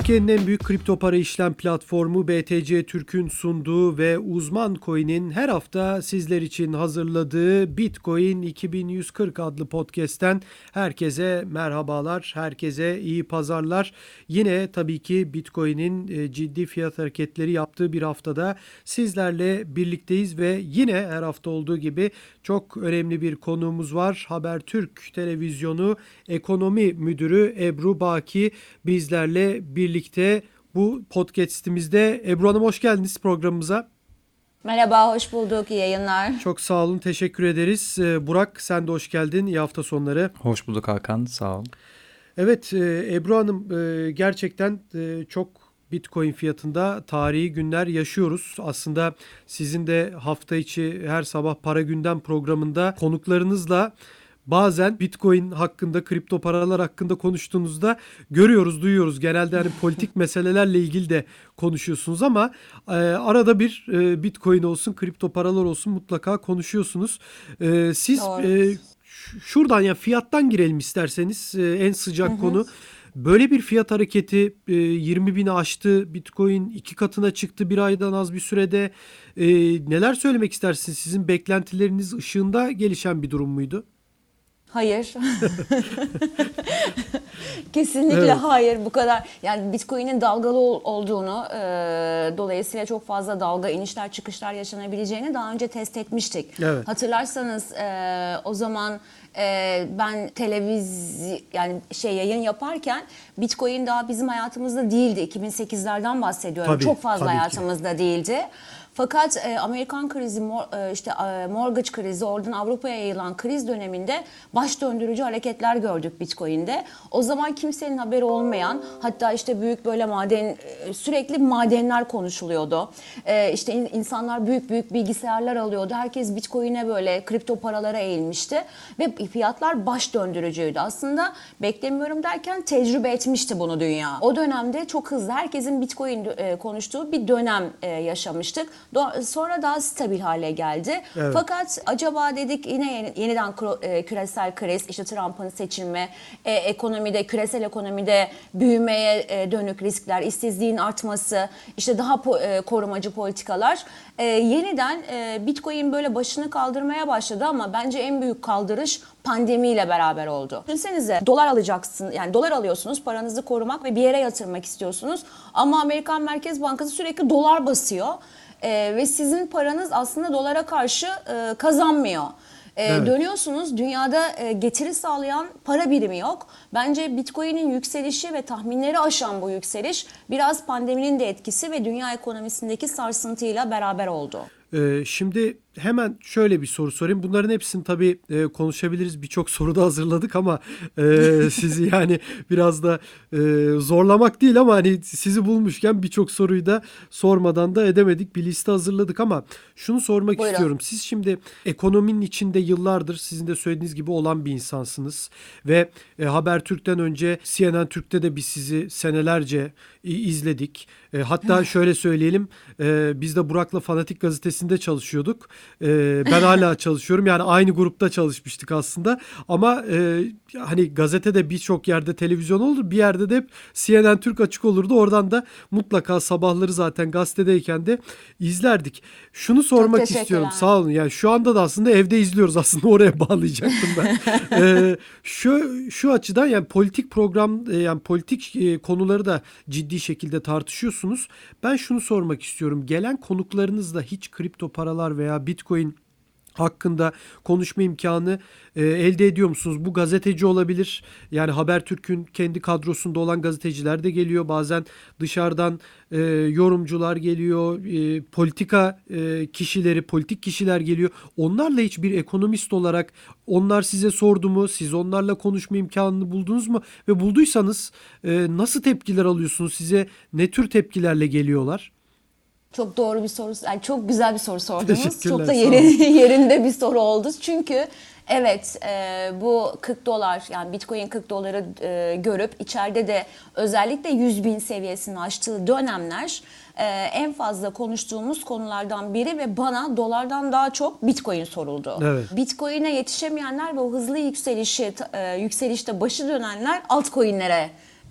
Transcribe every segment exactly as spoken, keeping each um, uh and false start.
Türkiye'nin en büyük kripto para işlem platformu B T C Türk'ün sunduğu ve Uzman Coin'in her hafta sizler için hazırladığı Bitcoin iki bin yüz kırk adlı podcast'ten herkese merhabalar, herkese iyi pazarlar. Yine tabii ki Bitcoin'in ciddi fiyat hareketleri yaptığı bir haftada sizlerle birlikteyiz ve yine her hafta olduğu gibi çok önemli bir konuğumuz var. Habertürk Televizyonu Ekonomi Müdürü Ebru Baki bizlerle birlikte bu podcast'imizde. Ebru Hanım hoş geldiniz programımıza. Merhaba, hoş bulduk. İyi yayınlar. Çok sağ olun, teşekkür ederiz. Burak sen de hoş geldin. İyi hafta sonları. Hoş bulduk Hakan, sağ ol. Evet Ebru Hanım, gerçekten çok Bitcoin fiyatında tarihi günler yaşıyoruz. Aslında sizin de hafta içi her sabah Para Gündem programında konuklarınızla bazen Bitcoin hakkında, kripto paralar hakkında konuştuğunuzda görüyoruz, duyuyoruz. Genelde hani politik meselelerle ilgili de konuşuyorsunuz ama e, arada bir e, Bitcoin olsun, kripto paralar olsun mutlaka konuşuyorsunuz. E, siz e, şuradan ya fiyattan girelim isterseniz, e, en sıcak hı hı. konu. Böyle bir fiyat hareketi e, yirmi bini aştı. Bitcoin iki katına çıktı bir aydan az bir sürede. E, neler söylemek istersiniz? Sizin beklentileriniz ışığında gelişen bir durum muydu? Hayır. Kesinlikle evet. Hayır. Bu kadar yani Bitcoin'in dalgalı olduğunu, e, dolayısıyla çok fazla dalga, inişler, çıkışlar yaşanabileceğini daha önce test etmiştik. Evet. Hatırlarsanız e, o zaman e, ben televizyon yani şey yayın yaparken Bitcoin daha bizim hayatımızda değildi. iki bin sekizlerden bahsediyorum. Tabii, çok fazla hayatımızda ki. değildi. Fakat e, Amerikan krizi, mor, e, işte e, mortgage krizi, oradan Avrupa'ya yayılan kriz döneminde baş döndürücü hareketler gördük Bitcoin'de. O zaman kimsenin haberi olmayan, hatta işte büyük böyle maden, e, sürekli madenler konuşuluyordu. E, işte in, insanlar büyük büyük bilgisayarlar alıyordu. Herkes Bitcoin'e böyle kripto paralara eğilmişti ve fiyatlar baş döndürücüydü. Aslında beklemiyorum derken tecrübe etmişti bunu dünya. O dönemde çok hızlı herkesin Bitcoin e, konuştuğu bir dönem e, yaşamıştık. Sonra daha stabil hale geldi. Evet. Fakat acaba dedik yine yeni, yeniden küresel kriz, işte Trump'ın seçilme, e, ekonomide, küresel ekonomide büyümeye e, dönük riskler, işsizliğin artması, işte daha po- e, korumacı politikalar. E, yeniden e, Bitcoin böyle başını kaldırmaya başladı ama bence en büyük kaldırış pandemiyle beraber oldu. Düşünsenize, dolar alacaksın, yani dolar alıyorsunuz, paranızı korumak ve bir yere yatırmak istiyorsunuz. Ama Amerikan Merkez Bankası sürekli dolar basıyor. Ee, ve sizin paranız aslında dolara karşı e, kazanmıyor. E, evet. Dönüyorsunuz, dünyada e, getiri sağlayan para birimi yok. Bence Bitcoin'in yükselişi ve tahminleri aşan bu yükseliş biraz pandeminin de etkisi ve dünya ekonomisindeki sarsıntıyla beraber oldu. Ee, şimdi hemen şöyle bir soru sorayım. Bunların hepsini tabii e, konuşabiliriz. Birçok soru da hazırladık ama e, sizi yani biraz da e, zorlamak değil ama hani sizi bulmuşken birçok soruyu da sormadan da edemedik. Bir liste hazırladık ama şunu sormak Buyurun. istiyorum. Siz şimdi ekonominin içinde yıllardır sizin de söylediğiniz gibi olan bir insansınız ve e, Habertürk'ten önce C N N Türk'te de biz sizi senelerce e, izledik. E, hatta şöyle söyleyelim, e, biz de Burak'la Fanatik Gazetesi'nde çalışıyorduk. Ee, ben hala çalışıyorum. Yani aynı grupta çalışmıştık aslında. Ama e, hani gazetede birçok yerde televizyon olur. Bir yerde de hep C N N Türk açık olurdu. Oradan da mutlaka sabahları zaten gazetedeyken de izlerdik. Şunu sormak istiyorum. Sağ olun. Yani şu anda da aslında evde izliyoruz. Aslında oraya bağlayacaktım ben. ee, şu şu açıdan yani politik program, yani politik e, konuları da ciddi şekilde tartışıyorsunuz. Ben şunu sormak istiyorum. Gelen konuklarınızla hiç kripto paralar veya Bitcoin hakkında konuşma imkanı e, elde ediyor musunuz? Bu gazeteci olabilir. Yani Habertürk'ün kendi kadrosunda olan gazeteciler de geliyor. Bazen dışarıdan e, yorumcular geliyor. E, politika e, kişileri, politik kişiler geliyor. Onlarla hiç bir ekonomist olarak onlar size sordu mu? Siz onlarla konuşma imkanını buldunuz mu? Ve bulduysanız e, nasıl tepkiler alıyorsunuz? Size ne tür tepkilerle geliyorlar? Çok doğru bir soru, yani çok güzel bir soru sordunuz. Çok da yeri, yerinde bir soru oldu. Çünkü evet e, bu kırk dolar, yani Bitcoin kırk doları e, görüp içeride de özellikle yüz bin seviyesini aştığı dönemler e, en fazla konuştuğumuz konulardan biri ve bana dolardan daha çok Bitcoin soruldu. Evet. Bitcoin'e yetişemeyenler ve o hızlı yükselişi e, yükselişte başı dönenler altcoin'lere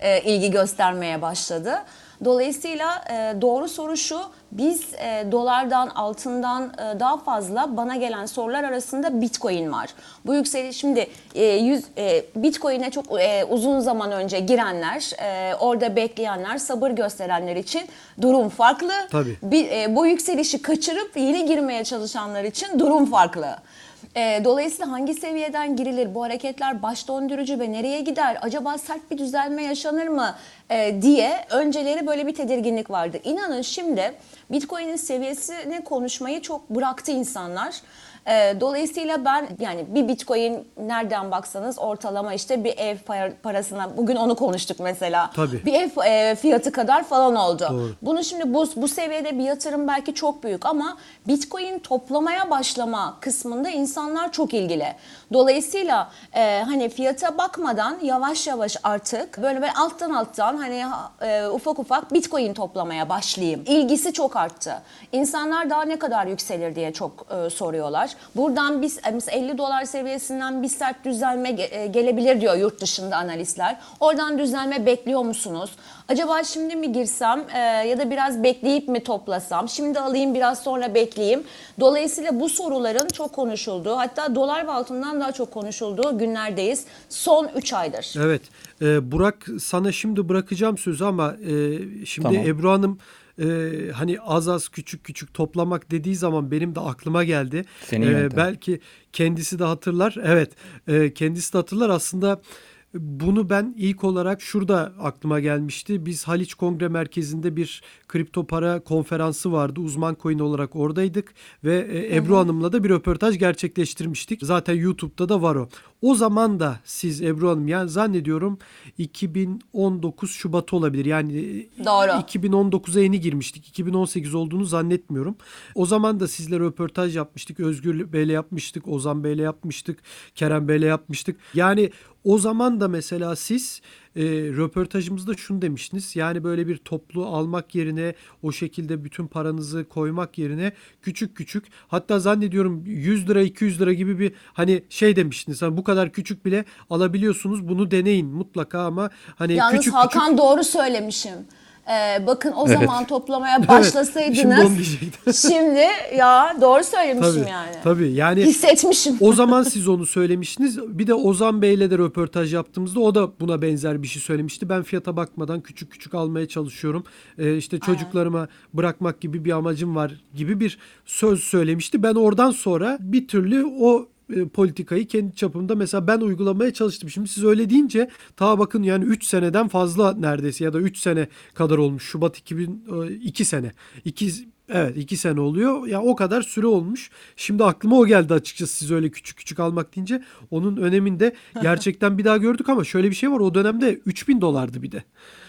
e, ilgi göstermeye başladı. Dolayısıyla e, doğru soru şu, biz e, dolardan, altından e, daha fazla bana gelen sorular arasında Bitcoin var. Bu yükseliş şimdi e, yüz, e, Bitcoin'e çok e, uzun zaman önce girenler, e, orada bekleyenler, sabır gösterenler için durum farklı. Tabii. Bir, e, bu yükselişi kaçırıp yeni girmeye çalışanlar için durum farklı. E, dolayısıyla hangi seviyeden girilir, bu hareketler baş döndürücü ve nereye gider, acaba sert bir düzelme yaşanır mı e, diye önceleri böyle bir tedirginlik vardı. İnanın şimdi Bitcoin'in seviyesini konuşmayı çok bıraktı insanlar. E, dolayısıyla ben yani bir Bitcoin nereden baksanız ortalama işte bir ev parasına, bugün onu konuştuk mesela. Tabii. Bir ev e, fiyatı kadar falan oldu. Doğru. Bunu şimdi bu, bu seviyede bir yatırım belki çok büyük ama Bitcoin toplamaya başlama kısmında insanlar çok ilgili. Dolayısıyla e, hani fiyata bakmadan yavaş yavaş artık böyle böyle alttan alttan hani e, ufak ufak Bitcoin toplamaya başlayayım. İlgisi çok arttı. İnsanlar daha ne kadar yükselir diye çok e, soruyorlar. Buradan biz mesela elli dolar seviyesinden bir sert düzelme ge- gelebilir diyor yurt dışında analistler. Oradan düzelme bekliyor musunuz? Acaba şimdi mi girsem e, ya da biraz bekleyip mi toplasam? Şimdi alayım, biraz sonra bekleyeyim. Dolayısıyla bu soruların çok konuşulduğu, hatta dolar ve altından daha çok konuşulduğu günlerdeyiz. Son üç aydır. Evet. Ee, Burak, sana şimdi bırakacağım sözü ama e, şimdi Tamam. Ebru Hanım e, hani az az küçük küçük toplamak dediği zaman benim de aklıma geldi. Senin Ee, yöntem. belki kendisi de hatırlar. Evet. E, kendisi de hatırlar. Aslında bunu ben ilk olarak şurada aklıma gelmişti. Biz Haliç Kongre Merkezi'nde bir kripto para konferansı vardı. Uzman coin olarak oradaydık ve e, Ebru Hanım'la da bir röportaj gerçekleştirmiştik. Zaten YouTube'da da var o. O zaman da siz Ebru Hanım, yani zannediyorum iki bin on dokuz Şubat olabilir. Yani Doğru. iki bin on dokuza yeni girmiştik. iki bin on sekiz olduğunu zannetmiyorum. O zaman da sizle röportaj yapmıştık. Özgür Bey'le yapmıştık. Ozan Bey'le yapmıştık. Kerem Bey'le yapmıştık. Yani o zaman da mesela siz e, röportajımızda şunu demiştiniz. Yani böyle bir toplu almak yerine, o şekilde bütün paranızı koymak yerine küçük küçük, hatta zannediyorum yüz lira iki yüz lira gibi bir hani şey demiştiniz. Hani bu kadar küçük bile alabiliyorsunuz. Bunu deneyin mutlaka ama hani Yalnız küçük Hakan küçük. doğru söylemişim. Ee, bakın o Evet. zaman toplamaya Evet, başlasaydınız. şimdi onu diyecektim. Şimdi ya doğru söylemişim Tabii, yani. tabii. Yani Hissetmişim. o zaman siz onu söylemiştiniz. Bir de Ozan Bey'le de röportaj yaptığımızda o da buna benzer bir şey söylemişti. Ben fiyata bakmadan küçük küçük almaya çalışıyorum. Ee, işte çocuklarıma bırakmak gibi bir amacım var gibi bir söz söylemişti. Ben oradan sonra bir türlü o e, politikayı kendi çapımda mesela ben uygulamaya çalıştım. Şimdi siz öyle deyince ta bakın yani üç seneden fazla neredeyse, ya da üç sene kadar olmuş. Şubat iki bin iki sene. iki Evet, iki sene oluyor. Ya o kadar süre olmuş. Şimdi aklıma o geldi açıkçası, siz öyle küçük küçük almak deyince. Onun öneminde gerçekten bir daha gördük ama şöyle bir şey var. O dönemde üç bin dolardı bir de.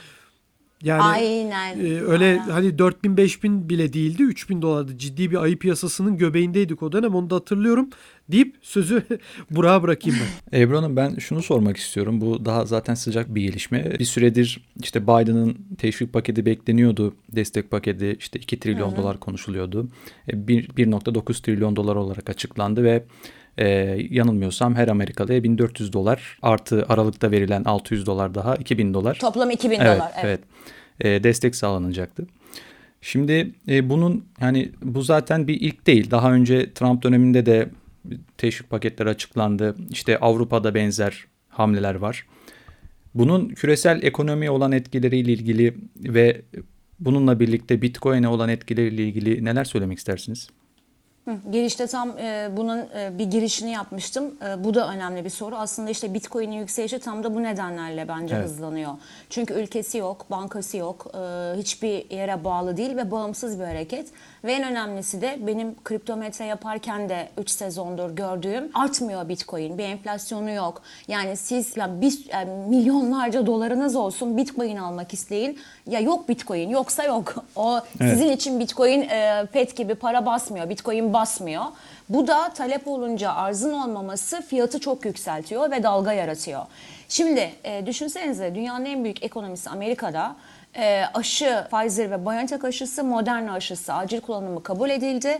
Yani Aynen. e, öyle Aynen. hani dört bin beş bin bile değildi, üç bin dolardı. Ciddi bir ayı piyasasının göbeğindeydik o dönem, onu da hatırlıyorum deyip sözü Burak'a bırakayım ben. Ebru Hanım, ben şunu sormak istiyorum. Bu daha zaten sıcak bir gelişme. Bir süredir işte Biden'ın teşvik paketi bekleniyordu. Destek paketi işte iki trilyon hı hı. dolar konuşuluyordu. bir nokta dokuz trilyon dolar olarak açıklandı ve e, yanılmıyorsam her Amerikalıya bin dört yüz dolar artı Aralık'ta verilen altı yüz dolar daha iki bin dolar. Toplam iki bin evet, dolar. Evet. evet. E, destek sağlanacaktı. Şimdi e, bunun yani bu zaten bir ilk değil. Daha önce Trump döneminde de teşvik paketleri açıklandı. İşte Avrupa'da benzer hamleler var. Bunun küresel ekonomiye olan etkileriyle ilgili ve bununla birlikte Bitcoin'e olan etkileriyle ilgili neler söylemek istersiniz? Hı, girişte tam e, bunun e, bir girişini yapmıştım. E, bu da önemli bir soru. Aslında işte Bitcoin'in yükselişi tam da bu nedenlerle bence evet. hızlanıyor. Çünkü ülkesi yok, bankası yok, e, hiçbir yere bağlı değil ve bağımsız bir hareket. Ve en önemlisi de benim kriptometre yaparken de üç sezondur gördüğüm, artmıyor Bitcoin. Bir enflasyonu yok. Yani siz yani bir, yani milyonlarca dolarınız olsun, Bitcoin almak isteyin. Ya yok Bitcoin, yoksa yok. O evet. Sizin için Bitcoin e, pet gibi para basmıyor. Bitcoin basmıyor. Bu da talep olunca arzın olmaması fiyatı çok yükseltiyor ve dalga yaratıyor. Şimdi e, düşünsenize, dünyanın en büyük ekonomisi Amerika'da e, aşı, Pfizer ve BioNTech aşısı, Moderna aşısı acil kullanımı kabul edildi.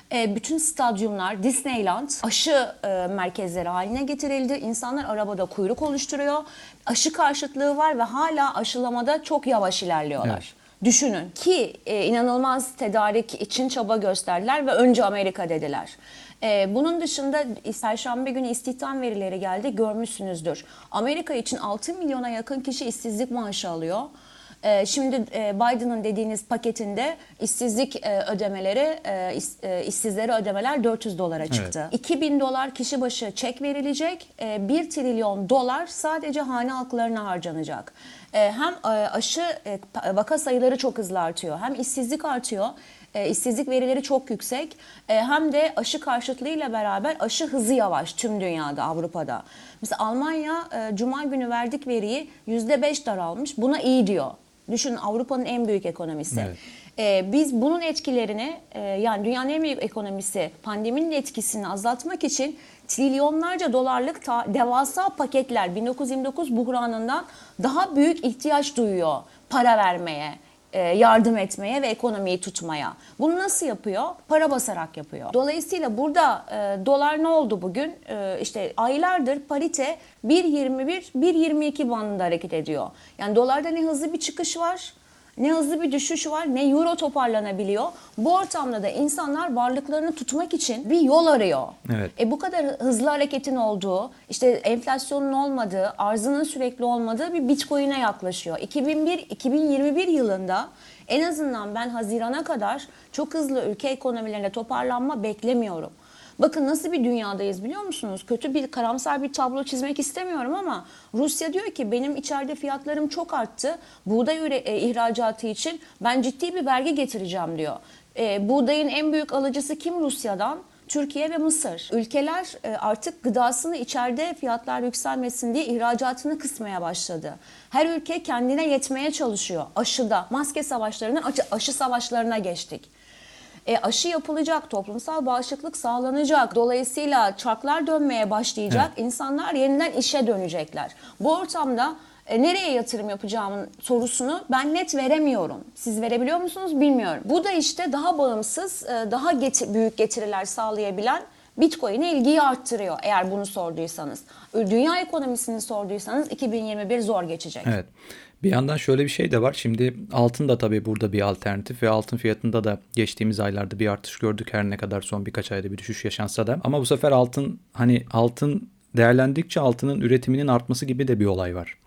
E, bütün stadyumlar, Disneyland aşı e, merkezleri haline getirildi. İnsanlar arabada kuyruk oluşturuyor. Aşı karşıtlığı var ve hala aşılamada çok yavaş ilerliyorlar. Evet. Düşünün ki e, inanılmaz tedarik için çaba gösterdiler ve önce Amerika dediler. E, bunun dışında Perşembe günü istihdam verileri geldi, görmüşsünüzdür. Amerika için altı milyona yakın kişi işsizlik maaşı alıyor. E, şimdi e, Biden'ın dediğiniz paketinde işsizlik e, ödemeleri, e, iş, e, işsizlere ödemeler dört yüz dolara çıktı. Evet. iki bin dolar kişi başı çek verilecek, e, bir trilyon dolar sadece hane halklarına harcanacak. Hem aşı vaka sayıları çok hızlı artıyor, hem işsizlik artıyor, işsizlik verileri çok yüksek, hem de aşı karşıtlığıyla beraber aşı hızı yavaş tüm dünyada, Avrupa'da. Mesela Almanya Cuma günü verdik veriyi yüzde beş daralmış, buna iyi diyor. Düşünün, Avrupa'nın en büyük ekonomisi. Evet. Ee, biz bunun etkilerini e, yani dünyanın en büyük ekonomisi pandeminin etkisini azaltmak için trilyonlarca dolarlık ta, devasa paketler bin dokuz yüz yirmi dokuz buhranından daha büyük ihtiyaç duyuyor para vermeye, e, yardım etmeye ve ekonomiyi tutmaya. Bunu nasıl yapıyor? Para basarak yapıyor. Dolayısıyla burada e, dolar ne oldu bugün? E, işte aylardır parite bir yirmi bir bir yirmi iki bandında hareket ediyor. Yani dolarda ne hızlı bir çıkış var, ne hızlı bir düşüş var, ne euro toparlanabiliyor. Bu ortamda da insanlar varlıklarını tutmak için bir yol arıyor. Evet. E bu kadar hızlı hareketin olduğu, işte enflasyonun olmadığı, arzının sürekli olmadığı bir Bitcoin'e yaklaşıyor. iki bin bir iki bin yirmi bir yılında en azından ben Haziran'a kadar çok hızlı ülke ekonomilerine toparlanma beklemiyorum. Bakın nasıl bir dünyadayız biliyor musunuz? Kötü bir, karamsar bir tablo çizmek istemiyorum ama Rusya diyor ki benim içeride fiyatlarım çok arttı. Buğday üre, e, ihracatı için ben ciddi bir vergi getireceğim diyor. E, buğdayın en büyük alıcısı kim Rusya'dan? Türkiye ve Mısır. Ülkeler e, artık gıdasını içeride fiyatlar yükselmesin diye ihracatını kısmaya başladı. Her ülke kendine yetmeye çalışıyor. Aşıda, maske savaşlarından aşı, aşı savaşlarına geçtik. E, aşı yapılacak, toplumsal bağışıklık sağlanacak. Dolayısıyla çarklar dönmeye başlayacak. Evet. İnsanlar yeniden işe dönecekler. Bu ortamda e, nereye yatırım yapacağımın sorusunu ben net veremiyorum. Siz verebiliyor musunuz bilmiyorum. Bu da işte daha bağımsız, e, daha get- büyük getiriler sağlayabilen Bitcoin'e ilgiyi arttırıyor eğer bunu sorduysanız. Dünya ekonomisini sorduysanız iki bin yirmi bir zor geçecek. Evet. Bir yandan şöyle bir şey de var. Şimdi altın da tabii burada bir alternatif ve altın fiyatında da geçtiğimiz aylarda bir artış gördük. Her ne kadar son birkaç ayda bir düşüş yaşansa da. Ama bu sefer altın, hani altın değerlendikçe altının üretiminin artması gibi de bir olay var.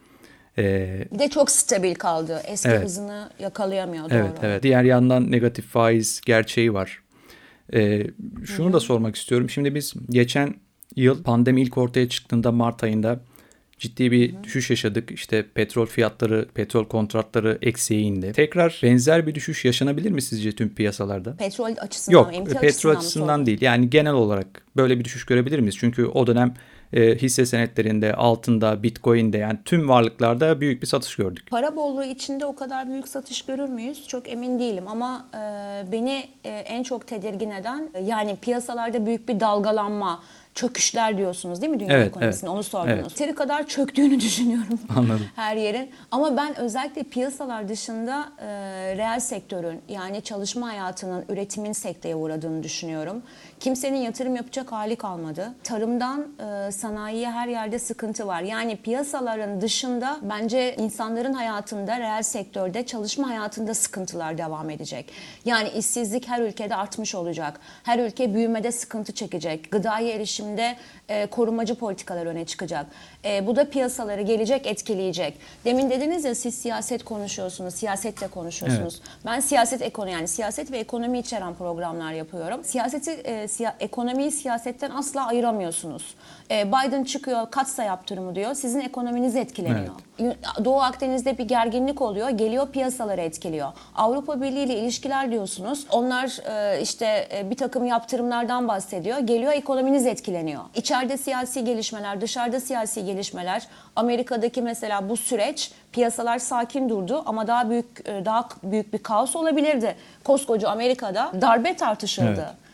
Ee, bir de çok stabil kaldı. Eski evet. hızını yakalayamıyor. Doğru. Evet, evet. Diğer yandan negatif faiz gerçeği var. Ee, şunu Hı-hı. da sormak istiyorum. Şimdi biz geçen yıl pandemi ilk ortaya çıktığında Mart ayında ciddi bir Hı-hı. düşüş yaşadık. İşte petrol fiyatları, petrol kontratları eksiye indi. Tekrar benzer bir düşüş yaşanabilir mi sizce tüm piyasalarda? Petrol açısından Yok, mı? Yok, petrol açısından, açısından değil. Yani genel olarak böyle bir düşüş görebilir miyiz? Çünkü o dönem e, hisse senetlerinde, altında, Bitcoin'de, yani tüm varlıklarda büyük bir satış gördük. Para bolluğu içinde o kadar büyük satış görür müyüz? Çok emin değilim ama e, beni e, en çok tedirgin eden, yani piyasalarda büyük bir dalgalanma, çöküşler diyorsunuz değil mi dünya evet, ekonomisinde? Evet, Onu sordunuz. Evet. Yeteri kadar çöktüğünü düşünüyorum. Anladım. Her yerin. Ama ben özellikle piyasalar dışında e, reel sektörün, yani çalışma hayatının, üretimin sekteye uğradığını düşünüyorum. Kimsenin yatırım yapacak hali kalmadı. Tarımdan e, sanayiye her yerde sıkıntı var. Yani piyasaların dışında bence insanların hayatında, reel sektörde, çalışma hayatında sıkıntılar devam edecek. Yani işsizlik her ülkede artmış olacak. Her ülke büyümede sıkıntı çekecek. Gıdaya erişimde e, korumacı politikalar öne çıkacak. E, bu da piyasaları gelecek, etkileyecek. Demin dediniz ya, siz siyaset konuşuyorsunuz, siyasetle konuşuyorsunuz. Evet. Ben siyaset ekonomi, yani siyaset ve ekonomi içeren programlar yapıyorum. Siyaseti, e, siya, ekonomiyi siyasetten asla ayıramıyorsunuz. E, Biden çıkıyor, katsa yaptırımı diyor, sizin ekonominiz etkileniyor. Evet. Doğu Akdeniz'de bir gerginlik oluyor, geliyor piyasaları etkiliyor. Avrupa Birliği ile ilişkiler diyorsunuz, onlar e, işte e, bir takım yaptırımlardan bahsediyor, geliyor ekonominiz etkileniyor. İçeride siyasi gelişmeler, dışarıda siyasi gelişmeler. Amerika'daki mesela bu süreç, piyasalar sakin durdu ama daha büyük daha büyük bir kaos olabilirdi. Koskoca Amerika'da darbe tartışıldı. Evet.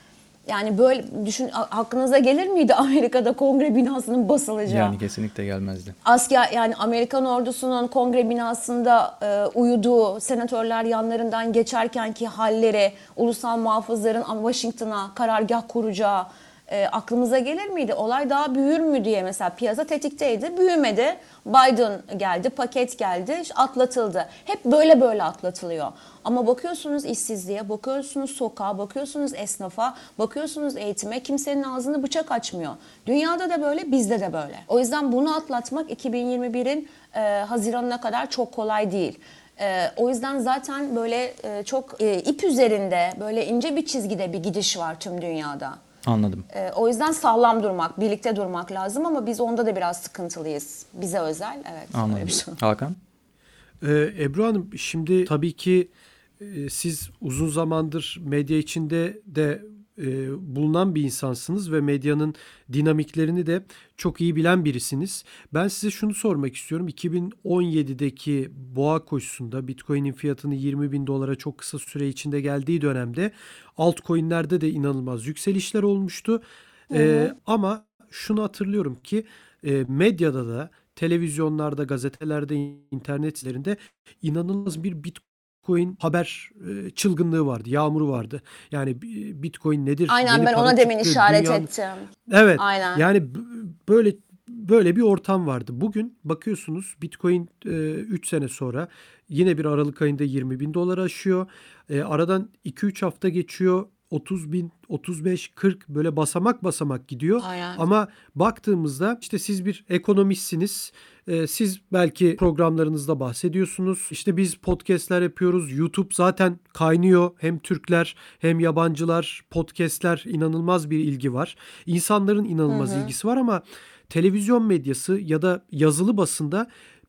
Yani böyle düşün, aklınıza gelir miydi Amerika'da kongre binasının basılacağı? Yani kesinlikle gelmezdi. Asker, yani Amerikan ordusunun kongre binasında e, uyuduğu, senatörler yanlarından geçerkenki halleri, ulusal muhafızların Washington'a karargah kuracağı e, aklımıza gelir miydi? Olay daha büyür mü diye mesela piyasa tetikteydi, büyümedi. Biden geldi, paket geldi, atlatıldı. Hep böyle böyle atlatılıyor. Ama bakıyorsunuz işsizliğe, bakıyorsunuz sokağa, bakıyorsunuz esnafa, bakıyorsunuz eğitime, kimsenin ağzını bıçak açmıyor. Dünyada da böyle, bizde de böyle. O yüzden bunu atlatmak iki bin yirmi birin e, Haziran'ına kadar çok kolay değil. E, o yüzden zaten böyle e, çok e, ip üzerinde, böyle ince bir çizgide bir gidiş var tüm dünyada. Anladım. E, o yüzden sağlam durmak, birlikte durmak lazım ama biz onda da biraz sıkıntılıyız. Bize özel, evet. Anladım. Öyle bir şey. Hakan? Ee, Ebru Hanım, şimdi tabii ki e, siz uzun zamandır medya içinde de e, bulunan bir insansınız ve medyanın dinamiklerini de çok iyi bilen birisiniz. Ben size şunu sormak istiyorum. iki bin on yedideki boğa koşusunda Bitcoin'in fiyatının yirmi bin dolara çok kısa süre içinde geldiği dönemde altcoin'lerde de inanılmaz yükselişler olmuştu. Hı hı. Ee, ama şunu hatırlıyorum ki e, medyada da, televizyonlarda, gazetelerde, internet sitelerinde inanılmaz bir Bitcoin haber e, çılgınlığı vardı, yağmuru vardı. Yani Bitcoin nedir? Aynen, Yeni ben para ona demin çıktı, işaret dünyanın... ettim. Evet. Aynen. Yani böyle böyle bir ortam vardı. Bugün bakıyorsunuz Bitcoin üç sene sonra yine bir Aralık ayında yirmi bin dolar aşıyor. E, aradan iki üç hafta geçiyor. otuz bin, otuz beş, kırk böyle basamak basamak gidiyor. Aynen. Ama baktığımızda işte siz bir ekonomistsiniz. Ee, siz belki programlarınızda bahsediyorsunuz. İşte biz podcastler yapıyoruz. YouTube zaten kaynıyor. Hem Türkler hem yabancılar, podcastler, inanılmaz bir ilgi var. İnsanların inanılmaz hı hı. ilgisi var ama televizyon medyası ya da yazılı basında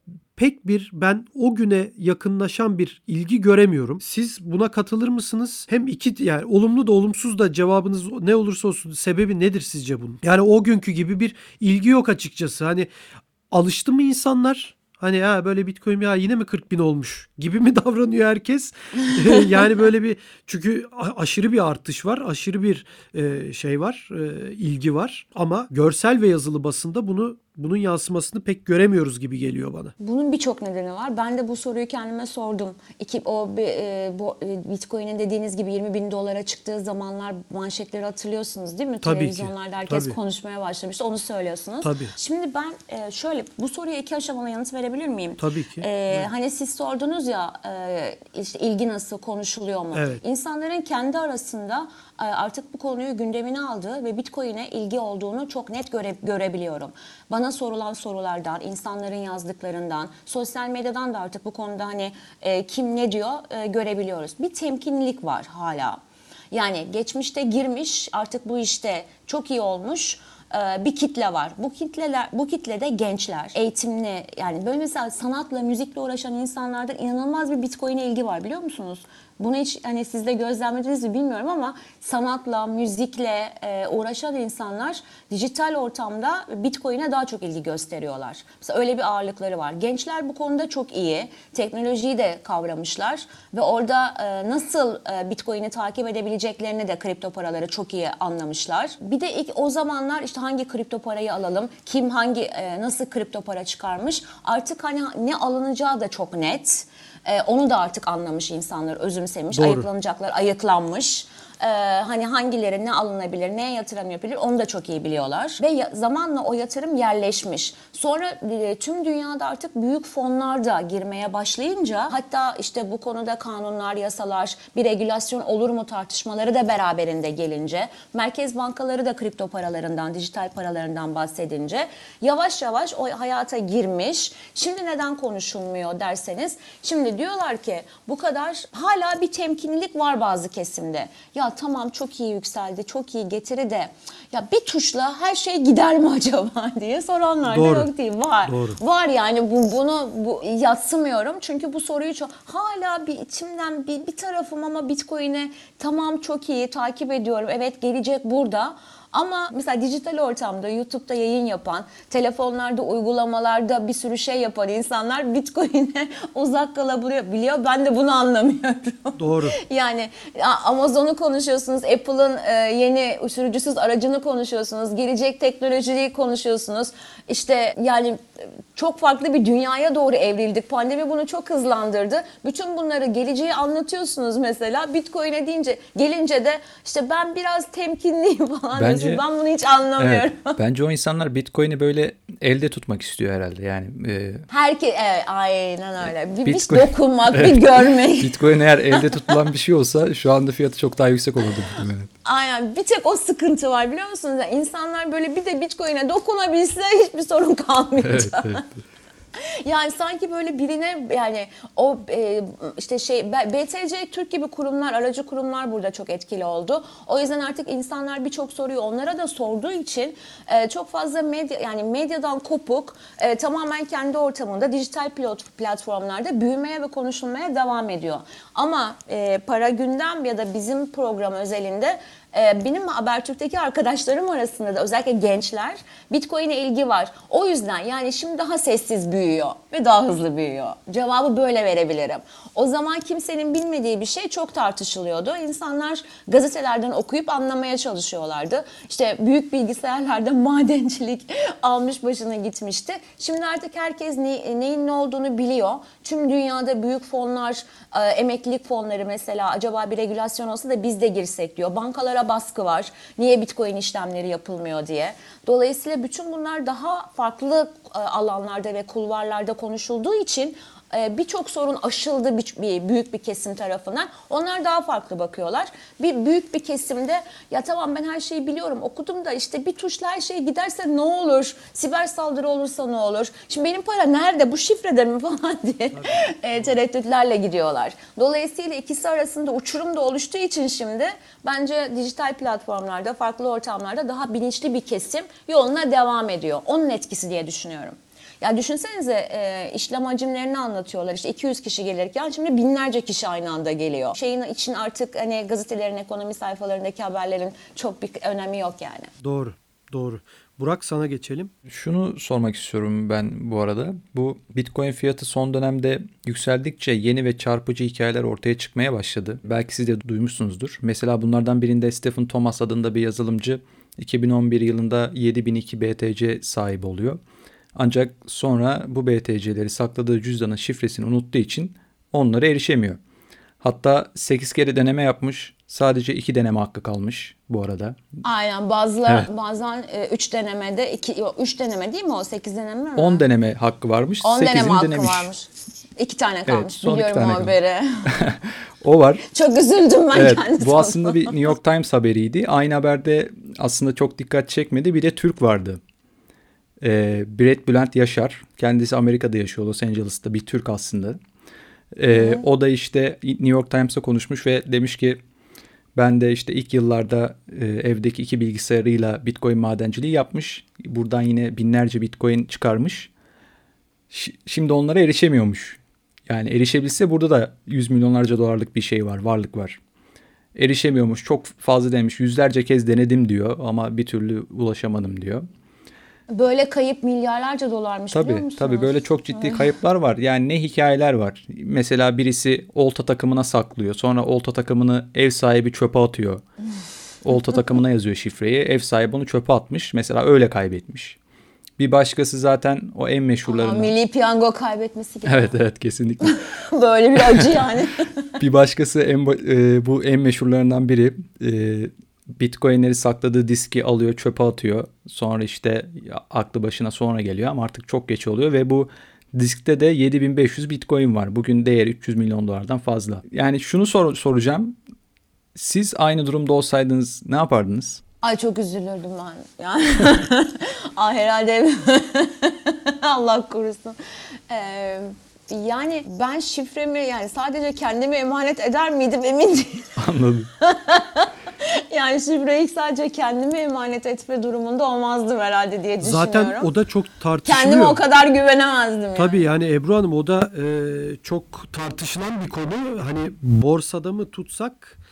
pek bir ben o güne yakınlaşan bir ilgi göremiyorum. Siz buna katılır mısınız? Hem iki, yani olumlu da olumsuz da cevabınız ne olursa olsun, sebebi nedir sizce bunun? Yani o günkü gibi bir ilgi yok açıkçası. Hani alıştı mı insanlar? Hani ha böyle Bitcoin ya yine mi kırk bin olmuş gibi mi davranıyor herkes? Yani böyle bir, çünkü aşırı bir artış var. Aşırı bir e, şey var. E, ilgi var. Ama görsel ve yazılı basında bunu bunun yansımasını pek göremiyoruz gibi geliyor bana. Bunun birçok nedeni var. Ben de bu soruyu kendime sordum. İki, o e, bu, e, Bitcoin'in dediğiniz gibi yirmi bin dolara çıktığı zamanlar manşetleri hatırlıyorsunuz değil mi? Tabii Televizyonlarda ki. herkes Tabii. konuşmaya başlamıştı. Onu söylüyorsunuz. Tabii. Şimdi ben e, şöyle bu soruya iki aşamalı yanıt verebilir miyim? Tabii ki. E, evet. Hani siz sordunuz ya e, işte ilgi nasıl, konuşuluyor mu? Evet. İnsanların kendi arasında e, artık bu konuyu gündemine aldığı ve Bitcoin'e ilgi olduğunu çok net göre, görebiliyorum. Bana sorulan sorulardan, insanların yazdıklarından, sosyal medyadan da artık bu konuda hani e, kim ne diyor e, görebiliyoruz. Bir temkinlilik var hala. Yani geçmişte girmiş, artık bu işte çok iyi olmuş e, bir kitle var. Bu kitleler, bu kitlede gençler, eğitimli, yani böyle mesela sanatla, müzikle uğraşan insanlardan inanılmaz bir Bitcoin'e ilgi var, biliyor musunuz? Bunu hiç hani siz de gözlemlediniz mi bilmiyorum ama sanatla, müzikle e, uğraşan insanlar dijital ortamda Bitcoin'e daha çok ilgi gösteriyorlar. Mesela öyle bir ağırlıkları var. Gençler bu konuda çok iyi. Teknolojiyi de kavramışlar ve orada e, nasıl e, Bitcoin'i takip edebileceklerini de, kripto paraları çok iyi anlamışlar. Bir de ilk o zamanlar işte hangi kripto parayı alalım, kim hangi e, nasıl kripto para çıkarmış, artık hani ne alınacağı da çok net. Ee, onu da artık anlamış insanlar, özümsemiş, Doğru. ayıklanacaklar, ayıklanmış. Ee, hani hangileri ne alınabilir, neye yatırım yapılır onu da çok iyi biliyorlar. Ve ya, zamanla o yatırım yerleşmiş. Sonra e, tüm dünyada artık büyük fonlar da girmeye başlayınca, hatta işte bu konuda kanunlar, yasalar, bir regülasyon olur mu tartışmaları da beraberinde gelince, merkez bankaları da kripto paralarından, dijital paralarından bahsedince yavaş yavaş o hayata girmiş. Şimdi neden konuşulmuyor derseniz, şimdi diyorlar ki bu kadar, hala bir temkinlilik var bazı kesimde. Ya tamam çok iyi yükseldi, çok iyi getiri de ya bir tuşla her şey gider mi acaba diye soranlar da yok değil. Var. Doğru. Var yani bu, bunu bu, yadsımıyorum. Çünkü bu soruyu çok, hala bir içimden bir, bir tarafım ama Bitcoin'e tamam çok iyi takip ediyorum. Evet gelecek burada. Ama mesela dijital ortamda, YouTube'da yayın yapan, telefonlarda, uygulamalarda bir sürü şey yapan insanlar Bitcoin'e uzak kalabiliyor. Ben de bunu anlamıyorum. Doğru. Yani Amazon'u konuşuyorsunuz, Apple'ın yeni sürücüsüz aracını konuşuyorsunuz, gelecek teknolojiyi konuşuyorsunuz. İşte yani çok farklı bir dünyaya doğru evrildik. Pandemi bunu çok hızlandırdı. Bütün bunları, geleceği anlatıyorsunuz mesela. Bitcoin'e deyince, gelince de işte ben biraz temkinliyim falan bence, diyorsunuz. Ben bunu hiç anlamıyorum. Evet, bence o insanlar Bitcoin'i böyle elde tutmak istiyor herhalde. Yani e, Herkes, evet, aynen öyle. Bir, Bitcoin, bir dokunmak, bir görmek. Bitcoin eğer elde tutulan bir şey olsa şu anda fiyatı çok daha yüksek olurdu. Aynen, bir tek o sıkıntı var biliyor musunuz? Yani insanlar böyle bir de Bitcoin'e dokunabilse hiçbir sorun kalmayacak. Evet, evet. Yani sanki böyle birine, yani o e, işte şey B T C Türk gibi kurumlar, aracı kurumlar burada çok etkili oldu. O yüzden artık insanlar birçok soruyu onlara da sorduğu için e, çok fazla medya, yani medyadan kopuk, e, tamamen kendi ortamında dijital pilot platformlarda büyümeye ve konuşulmaya devam ediyor. Ama e, Para Gündem ya da bizim program özelinde benim Habertürk'teki arkadaşlarım arasında da özellikle gençler Bitcoin'e ilgi var. O yüzden yani şimdi daha sessiz büyüyor ve daha hızlı büyüyor. Cevabı böyle verebilirim. O zaman kimsenin bilmediği bir şey çok tartışılıyordu. İnsanlar gazetelerden okuyup anlamaya çalışıyorlardı. İşte büyük bilgisayarlarda madencilik almış başına gitmişti. Şimdi artık herkes ne, neyin ne olduğunu biliyor. Tüm dünyada büyük fonlar, emeklilik fonları mesela acaba bir regülasyon olsa da biz de girsek diyor. Bankalara baskı var. Niye Bitcoin işlemleri yapılmıyor diye. Dolayısıyla bütün bunlar daha farklı alanlarda ve kulvarlarda konuşulduğu için birçok sorun aşıldı bir, bir büyük bir kesim tarafından. Onlar daha farklı bakıyorlar. Bir büyük bir kesimde ya tamam ben her şeyi biliyorum, okudum da işte bir tuşla her şey giderse ne olur? Siber saldırı olursa ne olur? Şimdi benim para nerede? Bu şifrede mi falan diye e, tereddütlerle gidiyorlar. Dolayısıyla ikisi arasında uçurum da oluştuğu için şimdi bence dijital platformlarda, farklı ortamlarda daha bilinçli bir kesim yoluna devam ediyor. Onun etkisi diye düşünüyorum. Ya düşünsenize e, işlem hacimlerini anlatıyorlar. İşte iki yüz kişi gelirken şimdi binlerce kişi aynı anda geliyor. Şeyin için artık hani gazetelerin, ekonomi sayfalarındaki haberlerin çok bir önemi yok yani. Doğru, doğru. Burak, sana geçelim. Şunu sormak istiyorum ben bu arada. Bu Bitcoin fiyatı son dönemde yükseldikçe yeni ve çarpıcı hikayeler ortaya çıkmaya başladı. Belki siz de duymuşsunuzdur. Mesela bunlardan birinde Stephen Thomas adında bir yazılımcı iki bin on bir yılında yedi bin iki B T C sahibi oluyor. Ancak sonra bu B T C'leri sakladığı cüzdanın şifresini unuttuğu için onlara erişemiyor. Hatta sekiz kere deneme yapmış. Sadece iki deneme hakkı kalmış bu arada. Aynen, bazıları Evet. bazen üç denemede iki üç deneme değil mi o? sekiz deneme mi? on deneme hakkı varmış. on deneme hakkı denemiş. varmış. iki tane kalmış. Evet, son iki Biliyorum tane o haberi. O var. Çok üzüldüm ben Evet, kendisi. bu aslında bir New York Times haberiydi. Aynı haberde aslında çok dikkat çekmedi. Bir de Türk vardı. Ee, Brett Bülent Yaşar. Kendisi Amerika'da yaşıyor, Los Angeles'ta, bir Türk aslında. Ee, o da işte New York Times'a konuşmuş ve demiş ki ben de işte ilk yıllarda e, evdeki iki bilgisayarıyla Bitcoin madenciliği yapmış. Buradan yine binlerce Bitcoin çıkarmış. Ş- şimdi onlara erişemiyormuş. Yani erişebilse burada da yüz milyonlarca dolarlık bir şey var, varlık var. Erişemiyormuş, çok fazla demiş. Yüzlerce kez denedim diyor ama bir türlü ulaşamadım diyor. Böyle kayıp milyarlarca dolarmış, biliyor Tabii musunuz? tabii böyle çok ciddi kayıplar var. Yani ne hikayeler var. Mesela birisi olta takımına saklıyor. Sonra olta takımını ev sahibi çöpe atıyor. Olta takımına yazıyor şifreyi. Ev sahibi onu çöpe atmış. Mesela öyle kaybetmiş. Bir başkası zaten o en meşhurlarından. Aa, milli piyango kaybetmesi gibi. Evet evet kesinlikle. Böyle bir acı yani. Bir başkası en, e, bu en meşhurlarından biri. E, Bitcoin'leri sakladığı diski alıyor, çöpe atıyor. Sonra işte aklı başına sonra geliyor ama artık çok geç oluyor ve bu diskte de yedi bin beş yüz Bitcoin var. Bugün değeri üç yüz milyon dolardan fazla. Yani şunu sor- soracağım. Siz aynı durumda olsaydınız ne yapardınız? Ay çok üzülürdüm ben. Yani Aa, herhalde Allah korusun. Ee, yani ben şifremi yani sadece kendime emanet eder miydim emin değilim. Anladım. Yani şifreyi sadece kendime emanet etme durumunda olmazdım herhalde diye düşünüyorum. Zaten o da çok tartışılıyor. Kendime o kadar güvenemezdim yani. Tabii yani Ebru Hanım, o da e, çok tartışılan bir konu. Hani borsada mı tutsak,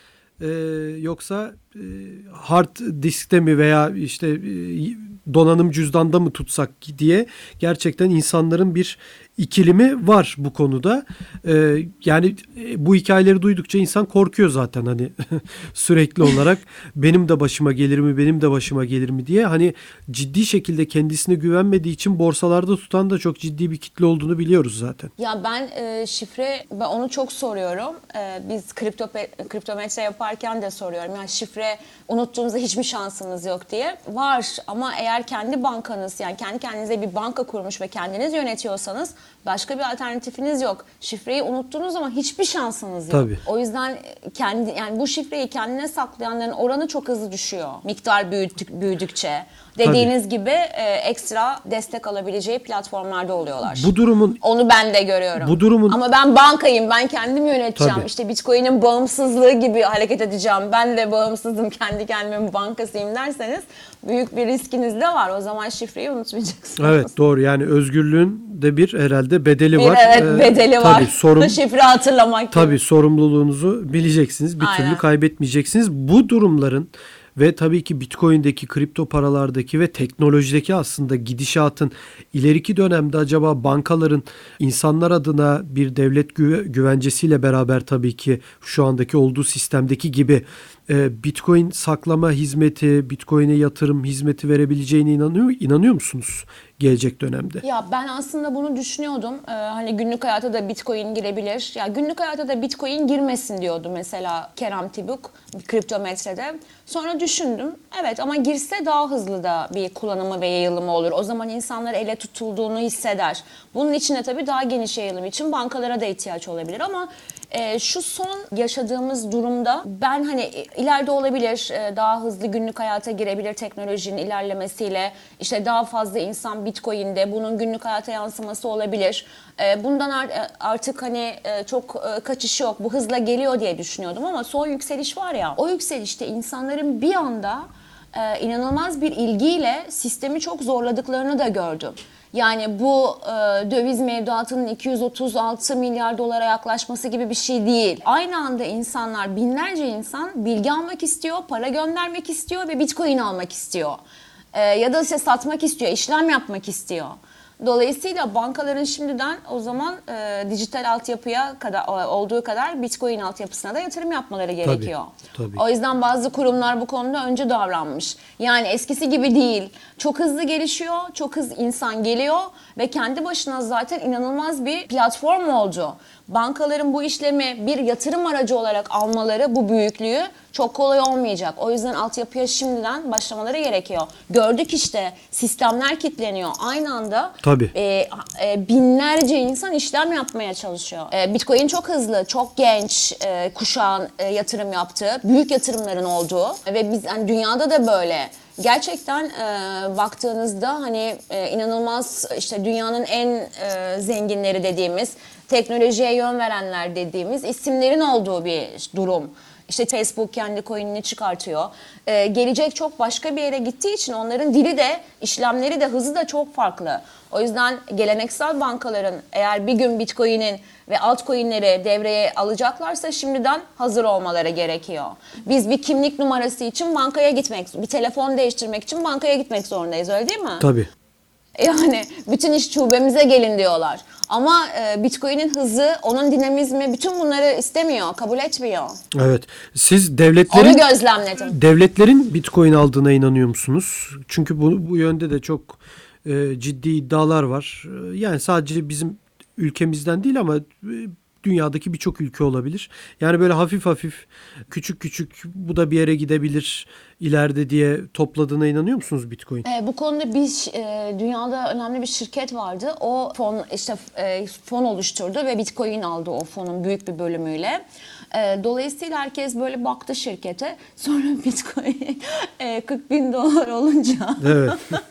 e, yoksa e, hard diskte mi veya işte e, donanım cüzdanda mı tutsak diye gerçekten insanların bir ikilimi var bu konuda. Ee, yani bu hikayeleri duydukça insan korkuyor zaten hani sürekli olarak benim de başıma gelir mi benim de başıma gelir mi diye hani ciddi şekilde kendisine güvenmediği için borsalarda tutan da çok ciddi bir kitle olduğunu biliyoruz zaten. Ya ben e, şifre ben onu çok soruyorum. E, biz kripto kriptometre yaparken de soruyorum. Yani şifre unuttuğunuzda hiçbir şansınız yok diye. Var ama eğer kendi bankanız yani kendi kendinize bir banka kurmuş ve kendiniz yönetiyorsanız başka bir alternatifiniz yok. Şifreyi unuttuğunuz zaman hiçbir şansınız yok. Tabii. O yüzden kendi yani bu şifreyi kendine saklayanların oranı çok hızlı düşüyor. Miktar büyüdük, büyüdükçe. Dediğiniz Tabii. gibi e, ekstra destek alabileceği platformlarda oluyorlar. Bu durumun onu ben de görüyorum. Bu durumun ama ben bankayım. Ben kendim yöneteceğim. Tabii. İşte Bitcoin'in bağımsızlığı gibi hareket edeceğim. Ben de bağımsızım. Kendi kendimin bankasıyım derseniz büyük bir riskiniz de var. O zaman şifreyi unutmayacaksınız. Evet doğru. Yani özgürlüğün de bir herhalde bedeli bir, var. Evet bedeli ee, var. Tabii, sorum, şifre hatırlamak Tabii gibi. sorumluluğunuzu bileceksiniz. Bir Aynen. türlü kaybetmeyeceksiniz. Bu durumların ve tabii ki Bitcoin'deki, kripto paralardaki ve teknolojideki aslında gidişatın ileriki dönemde acaba bankaların insanlar adına bir devlet güve- güvencesiyle beraber tabii ki şu andaki olduğu sistemdeki gibi e, Bitcoin saklama hizmeti, Bitcoin'e yatırım hizmeti verebileceğine inanıyor, inanıyor musunuz gelecek dönemde? Ya ben aslında bunu düşünüyordum. Ee, hani günlük hayata da Bitcoin girebilir. Ya günlük hayata da Bitcoin girmesin diyordu mesela Kerem Tibuk kriptometrede. Sonra düşündüm. Evet ama girse daha hızlı da bir kullanımı ve yayılımı olur. O zaman insanlar ele tutulduğunu hisseder. Bunun için de tabii daha geniş yayılım için bankalara da ihtiyaç olabilir ama e, şu son yaşadığımız durumda ben hani ileride olabilir e, daha hızlı günlük hayata girebilir teknolojinin ilerlemesiyle. İşte daha fazla insan Bitcoin'de bunun günlük hayata yansıması olabilir. E, bundan artık hani e, çok e, kaçış yok. Bu hızla geliyor diye düşünüyordum ama son yükseliş var ya o yükselişte insanların bir anda e, inanılmaz bir ilgiyle sistemi çok zorladıklarını da gördüm. Yani bu e, döviz mevduatının iki yüz otuz altı milyar dolara yaklaşması gibi bir şey değil. Aynı anda insanlar, binlerce insan bilgi almak istiyor, para göndermek istiyor ve Bitcoin almak istiyor. E, ya da işte satmak istiyor, işlem yapmak istiyor. Dolayısıyla bankaların şimdiden o zaman e, dijital altyapıya kadar olduğu kadar Bitcoin altyapısına da yatırım yapmaları gerekiyor. Tabii, tabii. O yüzden bazı kurumlar bu konuda önce davranmış. Yani eskisi gibi değil. Çok hızlı gelişiyor, çok hızlı insan geliyor ve kendi başına zaten inanılmaz bir platform oldu. Bankaların bu işlemi bir yatırım aracı olarak almaları, bu büyüklüğü çok kolay olmayacak. O yüzden altyapıya şimdiden başlamaları gerekiyor. Gördük işte sistemler kilitleniyor. Aynı anda Tabii. E, e, binlerce insan işlem yapmaya çalışıyor. E, Bitcoin çok hızlı, çok genç e, kuşağın e, yatırım yaptığı, büyük yatırımların olduğu ve biz yani dünyada da böyle. Gerçekten e, baktığınızda hani e, inanılmaz işte dünyanın en e, zenginleri dediğimiz, teknolojiye yön verenler dediğimiz isimlerin olduğu bir durum. İşte Facebook kendi coin'ini çıkartıyor. Ee, gelecek çok başka bir yere gittiği için onların dili de, işlemleri de, hızı da çok farklı. O yüzden geleneksel bankaların eğer bir gün Bitcoin'in ve altcoin'leri devreye alacaklarsa şimdiden hazır olmaları gerekiyor. Biz bir kimlik numarası için bankaya gitmek, bir telefon değiştirmek için bankaya gitmek zorundayız, öyle değil mi? Tabii. Yani bütün iş şubemize gelin diyorlar. Ama e, Bitcoin'in hızı, onun dinamizmi bütün bunları istemiyor, kabul etmiyor. Evet. Siz devletlerin Onu gözlemledim. Devletlerin Bitcoin aldığına inanıyor musunuz? Çünkü bu bu yönde de çok e, ciddi iddialar var. E, yani sadece bizim ülkemizden değil ama e, dünyadaki birçok ülke olabilir. Yani böyle hafif hafif, küçük küçük bu da bir yere gidebilir ileride diye topladığına inanıyor musunuz Bitcoin? E, bu konuda bir e, dünyada önemli bir şirket vardı. O fon işte e, fon oluşturdu ve Bitcoin aldı o fonun büyük bir bölümüyle. E, dolayısıyla herkes böyle baktı şirkete. Sonra Bitcoin e, kırk bin dolar olunca Evet.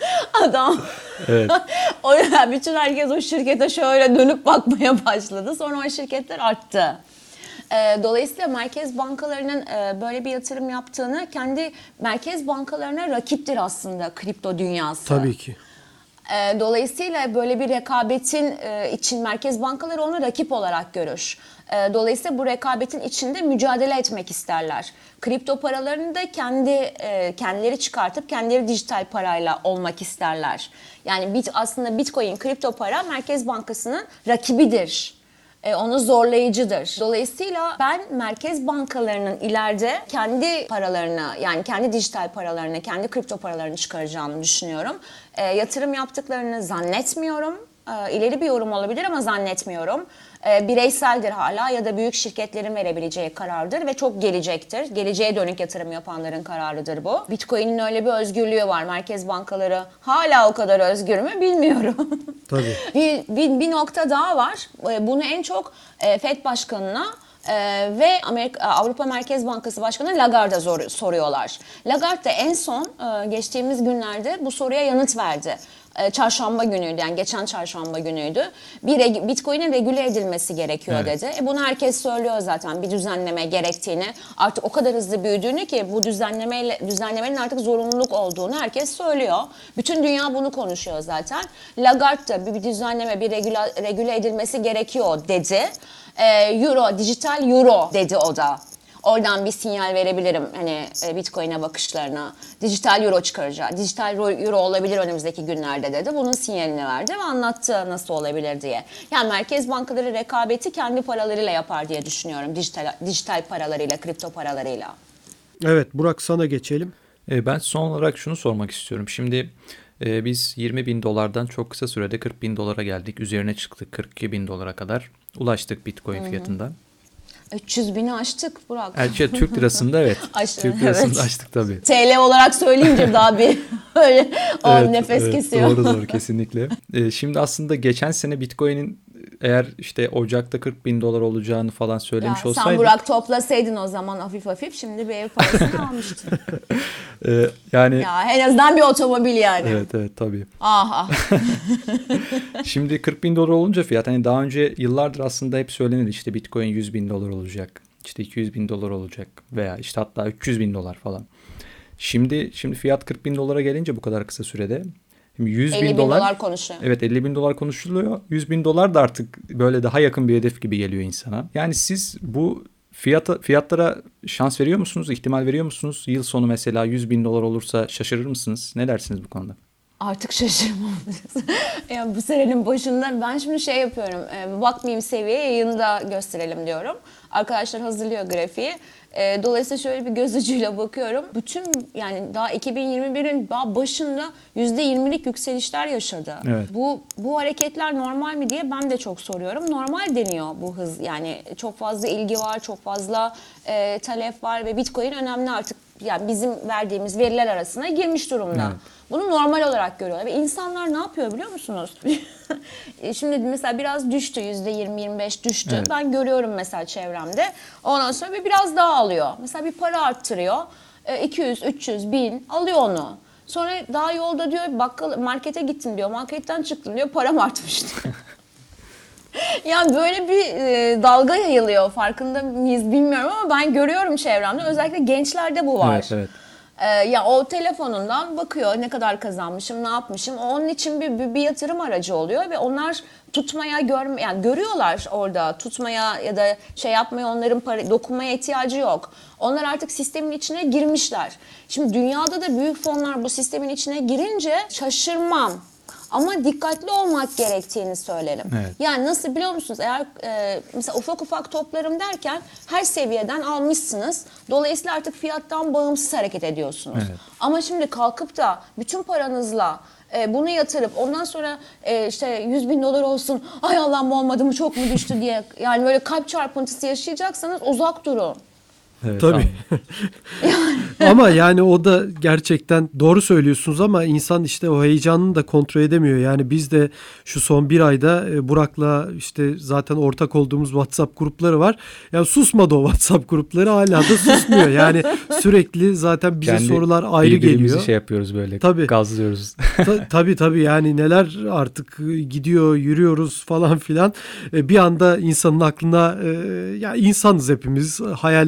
adam Evet. o, bütün herkes o şirkete şöyle dönüp bakmaya başladı. Sonra o şirketler arttı. Dolayısıyla merkez bankalarının böyle bir yatırım yaptığını, kendi merkez bankalarına rakiptir aslında kripto dünyası. Tabii ki. E, dolayısıyla böyle bir rekabetin e, için merkez bankaları onu rakip olarak görür. E, dolayısıyla bu rekabetin içinde mücadele etmek isterler. Kripto paralarını da kendi e, kendileri çıkartıp kendileri dijital parayla olmak isterler. Yani bit, aslında Bitcoin kripto para Merkez Bankası'nın rakibidir. E, onu zorlayıcıdır. Dolayısıyla ben merkez bankalarının ileride kendi paralarını, yani kendi dijital paralarını, kendi kripto paralarını çıkaracağını düşünüyorum. E, yatırım yaptıklarını zannetmiyorum. E, ileri bir yorum olabilir ama zannetmiyorum. E, bireyseldir hala ya da büyük şirketlerin verebileceği karardır ve çok gelecektir. Geleceğe dönük yatırım yapanların kararıdır bu. Bitcoin'in öyle bir özgürlüğü var. Merkez bankaları hala o kadar özgür mü bilmiyorum. Tabii. bir, bir, bir nokta daha var. E, bunu en çok e, Fed Başkanı'na Ee, ve Amerika, Avrupa Merkez Bankası Başkanı Lagarde'a zor, soruyorlar. Lagarde de en son e, geçtiğimiz günlerde bu soruya yanıt verdi. E, çarşamba günüydü, yani geçen çarşamba günüydü. Bir reg- Bitcoin'in regüle edilmesi gerekiyor evet. dedi. E, bunu herkes söylüyor zaten, bir düzenleme gerektiğini. Artık o kadar hızlı büyüdüğünü ki bu düzenlemeyle düzenlemenin artık zorunluluk olduğunu herkes söylüyor. Bütün dünya bunu konuşuyor zaten. Lagarde de bir, bir düzenleme, bir regüle, regüle edilmesi gerekiyor dedi. Euro, dijital euro dedi o da. Oradan bir sinyal verebilirim hani Bitcoin'e bakışlarına. Dijital euro çıkaracağı, dijital euro olabilir önümüzdeki günlerde dedi. Bunun sinyalini verdi ve anlattı nasıl olabilir diye. Yani merkez bankaları rekabeti kendi paralarıyla yapar diye düşünüyorum. Dijital, dijital paralarıyla, kripto paralarıyla. Evet, Burak, sana geçelim. Ben son olarak şunu sormak istiyorum. Şimdi e, biz yirmi bin dolardan çok kısa sürede kırk bin dolara geldik. Üzerine çıktık, kırk iki bin dolara kadar ulaştık Bitcoin Hı-hı. fiyatında. üç yüz bini aştık Burak. Evet, Türk lirasında evet. Aştı, Türk lirasında evet. aştık tabii. T L olarak söyleyince daha bir öyle o evet, nefes evet, kesiyor. Doğru doğru kesinlikle. Ee, şimdi aslında geçen sene Bitcoin'in eğer işte Ocak'ta kırk bin dolar olacağını falan söylemiş ya, olsaydık. Sen Burak toplasaydın o zaman hafif hafif şimdi bir ev parasını almıştın. ee, yani. Ya en azından bir otomobil yani. Evet evet tabii. Aha. Şimdi kırk bin dolar olunca fiyat, hani daha önce yıllardır aslında hep söylenir işte Bitcoin yüz bin dolar olacak. İşte iki yüz bin dolar olacak veya işte hatta üç yüz bin dolar falan. Şimdi şimdi fiyat kırk bin dolara gelince bu kadar kısa sürede yüz bin dolar, dolar konuşuyor. Evet, elli bin dolar konuşuluyor. yüz bin dolar da artık böyle daha yakın bir hedef gibi geliyor insana. Yani siz bu fiyata, fiyatlara şans veriyor musunuz? İhtimal veriyor musunuz? Yıl sonu mesela yüz bin dolar olursa şaşırır mısınız? Ne dersiniz bu konuda? Artık şaşırmamalıyız. Yani bu senenin başında ben şimdi şey yapıyorum. E, bakmayayım seviye, yayında gösterelim diyorum. Arkadaşlar hazırlıyor grafiği. E, dolayısıyla şöyle bir göz ucuyla bakıyorum. Bütün yani daha iki bin yirmi birin daha başında yüzde yirmilik yükselişler yaşadı. Evet. Bu bu hareketler normal mi diye ben de çok soruyorum. Normal deniyor bu hız. Yani çok fazla ilgi var, çok fazla e, talep var ve Bitcoin önemli artık. Yani bizim verdiğimiz veriler arasına girmiş durumda. Evet. Bunu normal olarak görüyorlar. Ve insanlar ne yapıyor biliyor musunuz? Şimdi mesela biraz düştü. yüzde yirmi yirmi beş düştü. Evet. Ben görüyorum mesela çevremde. Ondan sonra bir biraz daha alıyor. Mesela bir para arttırıyor. iki yüz, üç yüz, bin alıyor onu. Sonra daha yolda diyor bakkal markete gittim diyor. Marketten çıktım diyor. Param artmıştı. Yani böyle bir e, dalga yayılıyor. Farkında mıyız bilmiyorum ama ben görüyorum çevremde. Özellikle gençlerde bu var. Evet, evet. Ee, ya o telefonundan bakıyor ne kadar kazanmışım, ne yapmışım. Onun için bir, bir, bir yatırım aracı oluyor ve onlar tutmaya, görme, yani görüyorlar orada tutmaya ya da şey yapmaya, onların para, dokunmaya ihtiyacı yok. Onlar artık sistemin içine girmişler. Şimdi dünyada da büyük fonlar bu sistemin içine girince şaşırmam. Ama dikkatli olmak gerektiğini söylerim. Evet. Yani nasıl biliyor musunuz? Eğer e, mesela ufak ufak toplarım derken her seviyeden almışsınız. Dolayısıyla artık fiyattan bağımsız hareket ediyorsunuz. Evet. Ama şimdi kalkıp da bütün paranızla e, bunu yatırıp ondan sonra e, işte yüz bin dolar olsun, ay Allah'ım olmadı mı çok mu düştü diye yani böyle kalp çarpıntısı yaşayacaksanız uzak durun. Evet, tabii. Ama yani o da gerçekten doğru söylüyorsunuz ama insan işte o heyecanını da kontrol edemiyor. Yani biz de şu son bir ayda Burak'la işte zaten ortak olduğumuz WhatsApp grupları var. Yani susmadı o WhatsApp grupları, hala da susmuyor. Yani sürekli zaten bize kendi sorular ayrı geliyor. şey yapıyoruz böyle, tabii. gazlıyoruz. Ta, tabii tabii yani neler artık gidiyor, yürüyoruz falan filan. Bir anda insanın aklına, ya insanız hepimiz, hayaller geliyor.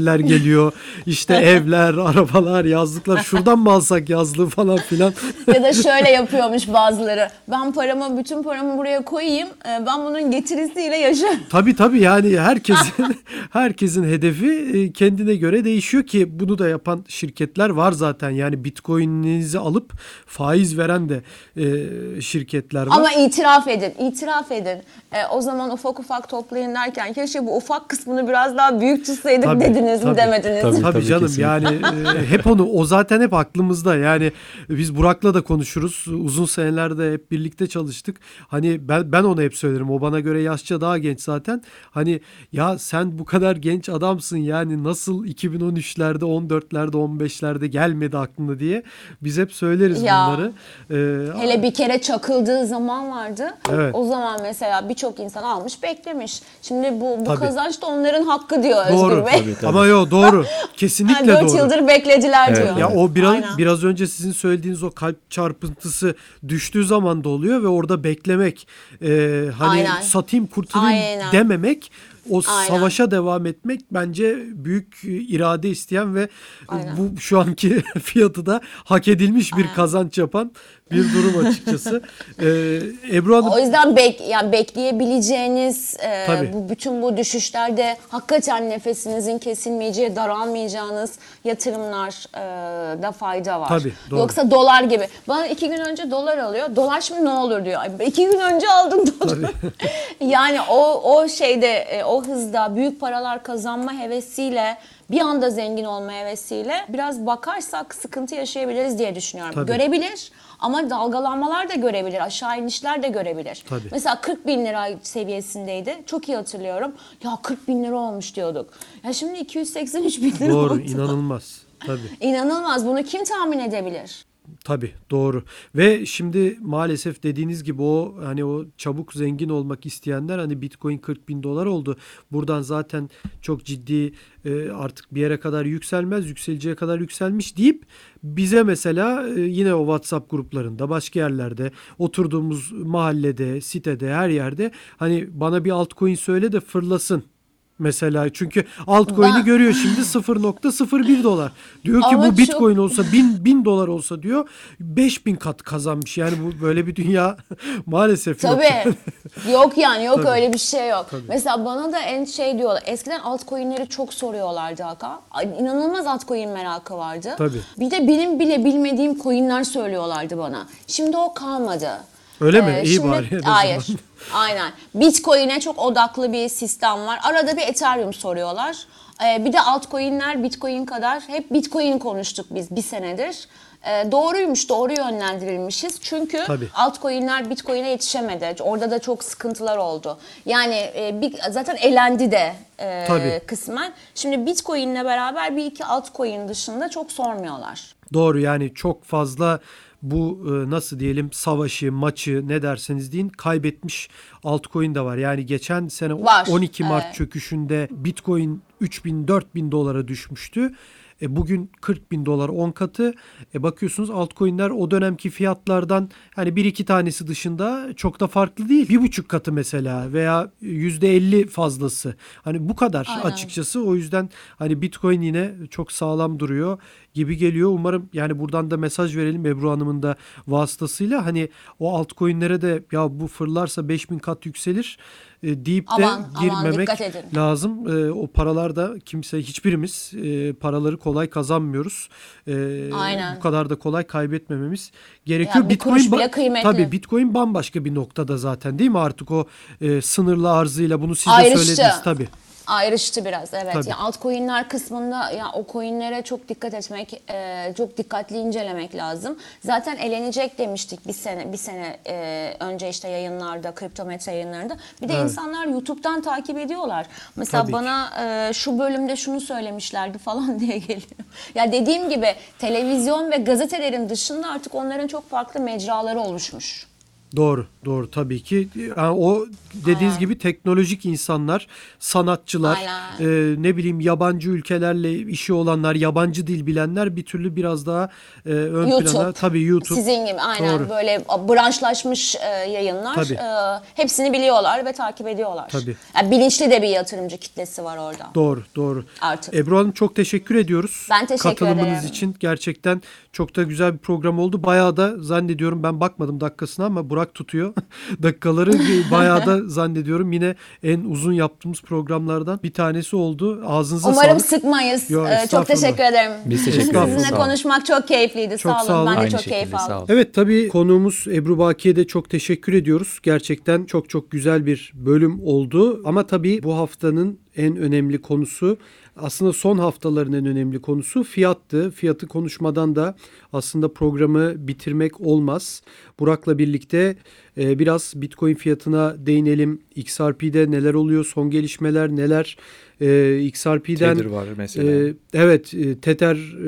geliyor. İşte evler, arabalar, yazlıklar. Şuradan mı alsak yazlığı falan filan. Ya da şöyle yapıyormuş bazıları. Ben paramı, bütün paramı buraya koyayım. Ben bunun getirisiyle yaşarım. Tabii tabii, yani herkesin herkesin hedefi kendine göre değişiyor ki bunu da yapan şirketler var zaten. Yani Bitcoin'inizi alıp faiz veren de e, şirketler var. Ama itiraf edin, itiraf edin. E, o zaman ufak ufak toplayın derken keşke bu ufak kısmını biraz daha büyük tutsaydık tabii, dediniz tabii, mi demediniz? Tabii, Tabii, tabii, tabii canım kesinlikle. yani e, hep onu, o zaten hep aklımızda. Yani biz Burak'la da konuşuruz. Uzun senelerde hep birlikte çalıştık. Hani ben ben ona hep söylerim. O bana göre yaşça daha genç zaten. Hani ya sen bu kadar genç adamsın, yani nasıl iki bin on üçlerde, on dörtlerde, on beşlerde gelmedi aklına diye biz hep söyleriz Ya. bunları. Ee, Hele bir kere çakıldığı zaman vardı. Evet. O zaman mesela birçok insan almış beklemiş. Şimdi bu bu Tabii. kazanç da onların hakkı diyor Doğru. Özgür Bey. Tabii, tabii. Ama yo doğru. Ha, Kesinlikle dört doğru. yıldır beklediler Evet, diyor. Ya o biraz Aynen. biraz önce sizin söylediğiniz o kalp çarpıntısı düştüğü zaman da oluyor ve orada beklemek, e, hani Aynen. satayım kurtulayım Aynen. dememek, o Aynen. savaşa devam etmek bence büyük irade isteyen ve Aynen. bu şu anki fiyatı da hak edilmiş bir kazanç yapan bir durum açıkçası. Ee, Ebru Hanım, O yüzden bek yani bekleyebileceğiniz e, Tabii. bu bütün bu düşüşlerde hakikaten nefesinizin kesilmeyeceği, daralmayacağınız yatırımlar e, da fayda var. Tabii, doğru. Yoksa dolar gibi. Bana iki gün önce dolar alıyor. Dolar şimdi ne olur diyor. Ay, iki gün önce aldım dolar. Yani o o şeyde e, o hızda büyük paralar kazanma hevesiyle, bir anda zengin olma hevesiyle biraz bakarsak sıkıntı yaşayabiliriz diye düşünüyorum. Tabii. Görebilir ama dalgalanmalar da görebilir, aşağı inişler de görebilir. Tabii. Mesela kırk bin lira seviyesindeydi. Çok iyi hatırlıyorum. Ya kırk bin lira olmuş diyorduk. Ya şimdi iki yüz seksen üç bin lira doğru, oldu. inanılmaz. Tabii. İnanılmaz. Bunu kim tahmin edebilir? Tabii, doğru. Ve şimdi maalesef dediğiniz gibi o hani o çabuk zengin olmak isteyenler, hani Bitcoin kırk bin dolar oldu. Buradan zaten çok ciddi e, artık bir yere kadar yükselmez, yükseleceğe kadar yükselmiş deyip bize mesela e, yine o WhatsApp gruplarında, başka yerlerde, oturduğumuz mahallede, sitede, her yerde hani bana bir altcoin söyle de fırlasın. Mesela çünkü altcoin'i Ben- görüyor şimdi sıfır nokta sıfır bir dolar. Diyor ki Ama bu çok- Bitcoin olsa bin, bin dolar olsa diyor beş bin kat kazanmış. Yani bu böyle bir dünya maalesef yok. Tabii. Yok yani yok Tabii. öyle bir şey yok. Mesela bana da en şey diyorlar. Eskiden altcoin'leri çok soruyorlardı Hakan. Ay, İnanılmaz altcoin merakı vardı. Tabii. Bir de benim bile bilmediğim coin'ler söylüyorlardı bana. Şimdi o kalmadı. Öyle mi? Ee, İyi şimdi- bari en azından. Hayır. Aynen. Bitcoin'e çok odaklı bir sistem var. Arada bir Ethereum soruyorlar. Ee, bir de altcoin'ler Bitcoin kadar. Hep Bitcoin konuştuk biz bir senedir. Ee, doğruymuş, doğru yönlendirilmişiz. Çünkü Tabii. altcoin'ler Bitcoin'e yetişemedi. Orada da çok sıkıntılar oldu. Yani e, bir, zaten elendi de e, Tabii. kısmen. Şimdi Bitcoin'le beraber bir iki altcoin dışında çok sormuyorlar. Doğru, yani çok fazla bu e, nasıl diyelim savaşı, maçı, ne derseniz deyin, kaybetmiş altcoin de var. Yani geçen sene Var, on iki Mart evet. çöküşünde Bitcoin üç bin dört bin dolara düşmüştü. E bugün kırk bin dolar, on katı. E bakıyorsunuz altcoin'ler o dönemki fiyatlardan hani bir iki tanesi dışında çok da farklı değil. Bir buçuk katı mesela veya yüzde elli fazlası. Hani bu kadar Aynen. açıkçası. O yüzden hani Bitcoin yine çok sağlam duruyor gibi geliyor. Umarım yani buradan da mesaj verelim Ebru Hanım'ın da vasıtasıyla, hani o altcoin'lere de ya bu fırlarsa beş bin kat yükselir e, deyip de Aman, aman, girmemek dikkat edin. lazım. E, o paralar da kimse, hiçbirimiz e, paraları kolay kazanmıyoruz. E, Aynen. Bu kadar da kolay kaybetmememiz gerekiyor. Ya bir kuruş bile kıymetli. Tabii Bitcoin bambaşka bir noktada zaten, değil mi? Artık o e, sınırlı arzıyla, bunu siz de Ayrıştı. söylediniz tabii. Ayrıştı biraz, evet. Tabii. Ya altcoin'ler kısmında ya o coin'lere çok dikkat etmek, e, çok dikkatli incelemek lazım. Zaten elenecek demiştik bir sene bir sene e, önce işte yayınlarda, kriptometre yayınlarında. Bir de Evet. insanlar YouTube'dan takip ediyorlar. Mesela Tabii ki. bana e, şu bölümde şunu söylemişlerdi falan diye geliyor. Ya dediğim gibi televizyon ve gazetelerin dışında artık onların çok farklı mecraları oluşmuş. Doğru, doğru tabii ki. Yani o dediğiniz Aynen. gibi teknolojik insanlar, sanatçılar, e, ne bileyim yabancı ülkelerle işi olanlar, yabancı dil bilenler bir türlü biraz daha e, ön YouTube. plana. Tabii YouTube. Sizin gibi aynen doğru. Böyle branşlaşmış e, yayınlar e, hepsini biliyorlar ve takip ediyorlar. Tabii. Yani bilinçli de bir yatırımcı kitlesi var orada. Doğru, doğru. Artık. Ebru Hanım çok teşekkür ediyoruz. Ben teşekkür Katılımınız ederim. için gerçekten çok da güzel bir program oldu. Bayağı da zannediyorum, ben bakmadım dakikasına ama Burak tutuyor dakikaları. Bayağı da zannediyorum yine en uzun yaptığımız programlardan bir tanesi oldu. Ağzınıza Umarım sağlık. sıkmayız. Yo, ee, çok teşekkür ederim. Biz teşekkür ederiz. Sizinle konuşmak çok keyifliydi. Çok sağ olun. Sağ olun. Ben de Aynı çok şekilde, keyif aldım. Evet, tabii konuğumuz Ebru Baki'ye de çok teşekkür ediyoruz. Gerçekten çok çok güzel bir bölüm oldu. Ama tabii bu haftanın en önemli konusu, aslında son haftaların en önemli konusu fiyattı. Fiyatı konuşmadan da aslında programı bitirmek olmaz. Burak'la birlikte e, biraz Bitcoin fiyatına değinelim. X R P'de neler oluyor, son gelişmeler neler? E, X R P'den Tether var mesela. E, evet, e, Tether e,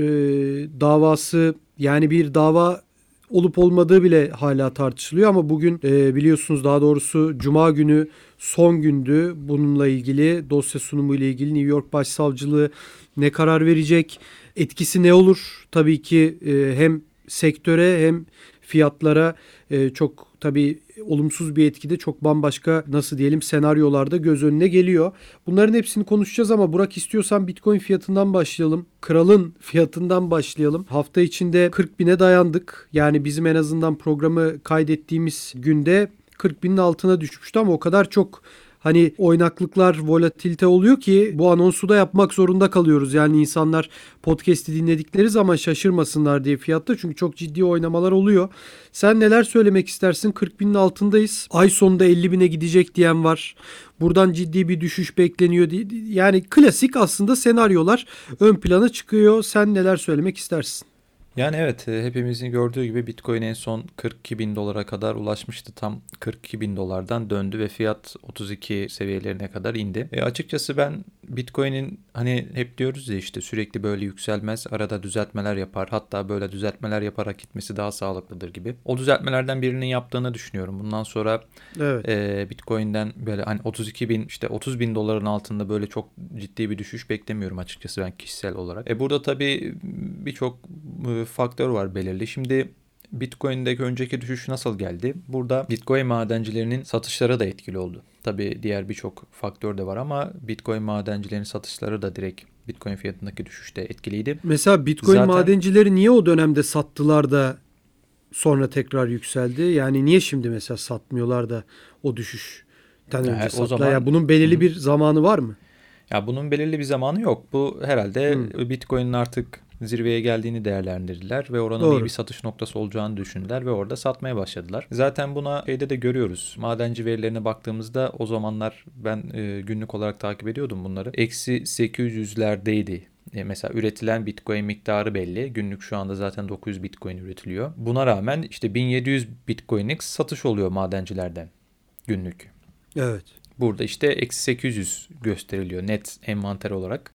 davası, yani bir dava olup olmadığı bile hala tartışılıyor ama bugün e, biliyorsunuz, daha doğrusu Cuma günü son gündü. Bununla ilgili dosya sunumu ile ilgili New York Başsavcılığı ne karar verecek? Etkisi ne olur? Tabii ki e, hem sektöre hem fiyatlara e, çok tabii olumsuz bir etkide, çok bambaşka, nasıl diyelim, senaryolarda göz önüne geliyor. Bunların hepsini konuşacağız ama Burak, istiyorsan Bitcoin fiyatından başlayalım. Kralın fiyatından başlayalım. Hafta içinde kırk bine dayandık. Yani bizim en azından programı kaydettiğimiz günde kırk binin altına düşmüştü ama o kadar çok hani oynaklıklar, volatilite oluyor ki bu anonsu da yapmak zorunda kalıyoruz. Yani insanlar podcast'i dinledikleri zaman şaşırmasınlar diye fiyatta, çünkü çok ciddi oynamalar oluyor. Sen neler söylemek istersin? kırk binin altındayız. Ay sonunda elli bine gidecek diyen var. Buradan ciddi bir düşüş bekleniyor. Yani klasik aslında senaryolar ön plana çıkıyor. Sen neler söylemek istersin? Yani evet, hepimizin gördüğü gibi Bitcoin en son kırk iki bin dolara kadar ulaşmıştı. Tam kırk iki bin dolardan döndü ve fiyat otuz iki seviyelerine kadar indi. E açıkçası ben Bitcoin'in, hani hep diyoruz ya işte, sürekli böyle yükselmez, arada düzeltmeler yapar. Hatta böyle düzeltmeler yaparak gitmesi daha sağlıklıdır gibi. O düzeltmelerden birinin yaptığını düşünüyorum. Bundan sonra evet. e, Bitcoin'den böyle hani otuz iki bin, işte otuz bin doların altında böyle çok ciddi bir düşüş beklemiyorum açıkçası ben kişisel olarak. E burada tabii birçok faktör var belirli. Şimdi Bitcoin'deki önceki düşüş nasıl geldi? Burada Bitcoin madencilerinin satışları da etkili oldu. Tabii diğer birçok faktör de var ama Bitcoin madencilerinin satışları da direkt Bitcoin fiyatındaki düşüşte etkiliydi. Mesela Bitcoin Zaten... madencileri niye o dönemde sattılar da sonra tekrar yükseldi? Yani niye şimdi mesela satmıyorlar da o düşüşten önce yani sattılar? Zaman... Yani bunun belirli Hı-hı. bir zamanı var mı? Ya bunun belirli bir zamanı yok. Bu herhalde Hı. Bitcoin'in artık zirveye geldiğini değerlendirdiler ve oranın Doğru. iyi bir satış noktası olacağını düşündüler ve orada satmaya başladılar. Zaten buna şeyde de görüyoruz. Madenci verilerine baktığımızda o zamanlar ben e, günlük olarak takip ediyordum bunları. Eksi sekiz yüzlerdeydi. E, mesela üretilen Bitcoin miktarı belli. Günlük şu anda zaten dokuz yüz Bitcoin üretiliyor. Buna rağmen işte bin yedi yüz Bitcoin'lik satış oluyor madencilerden günlük. Evet. Burada işte eksi sekiz yüz gösteriliyor net envanter olarak.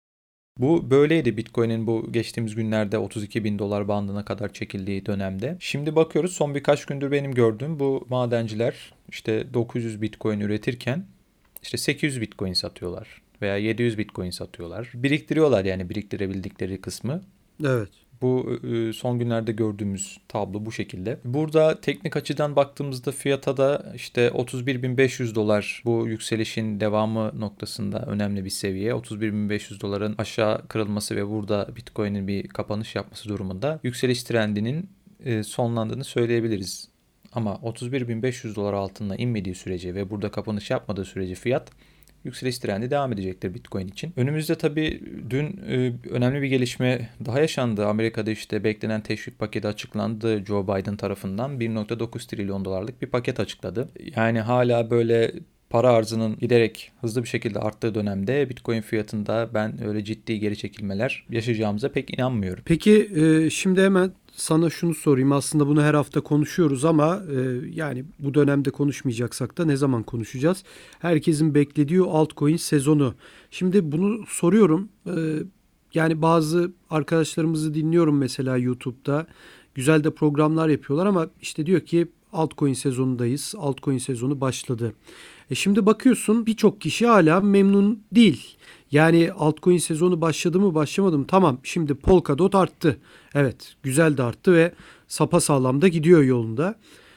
Bu böyleydi Bitcoin'in bu geçtiğimiz günlerde otuz iki bin dolar bandına kadar çekildiği dönemde. Şimdi bakıyoruz, son birkaç gündür benim gördüğüm bu madenciler işte dokuz yüz Bitcoin üretirken işte sekiz yüz Bitcoin satıyorlar veya yedi yüz Bitcoin satıyorlar. Biriktiriyorlar yani biriktirebildikleri kısmı. Evet. Bu son günlerde gördüğümüz tablo bu şekilde. Burada teknik açıdan baktığımızda fiyata da işte otuz bir bin beş yüz dolar bu yükselişin devamı noktasında önemli bir seviye. otuz bir bin beş yüz doların aşağı kırılması ve burada Bitcoin'in bir kapanış yapması durumunda yükseliş trendinin sonlandığını söyleyebiliriz. Ama otuz bir bin beş yüz dolar altına inmediği sürece ve burada kapanış yapmadığı sürece fiyat yükseliş trendi devam edecektir Bitcoin için. Önümüzde tabii dün e, önemli bir gelişme daha yaşandı. Amerika'da işte beklenen teşvik paketi açıklandı. Joe Biden tarafından bir virgül dokuz trilyon dolarlık bir paket açıkladı. Yani hala böyle para arzının giderek hızlı bir şekilde arttığı dönemde Bitcoin fiyatında ben öyle ciddi geri çekilmeler yaşayacağımıza pek inanmıyorum. Peki e, şimdi hemen sana şunu sorayım. Aslında bunu her hafta konuşuyoruz ama e, yani bu dönemde konuşmayacaksak da ne zaman konuşacağız? Herkesin beklediği altcoin sezonu. Şimdi bunu soruyorum. E, yani bazı arkadaşlarımızı dinliyorum mesela YouTube'da. Güzel de programlar yapıyorlar ama işte diyor ki altcoin sezonundayız. Altcoin sezonu başladı. E şimdi bakıyorsun birçok kişi hala memnun değil. Yani altcoin sezonu başladı mı başlamadı mı? Tamam, şimdi Polkadot arttı. Evet, güzel de arttı ve sapasağlam da gidiyor yolunda.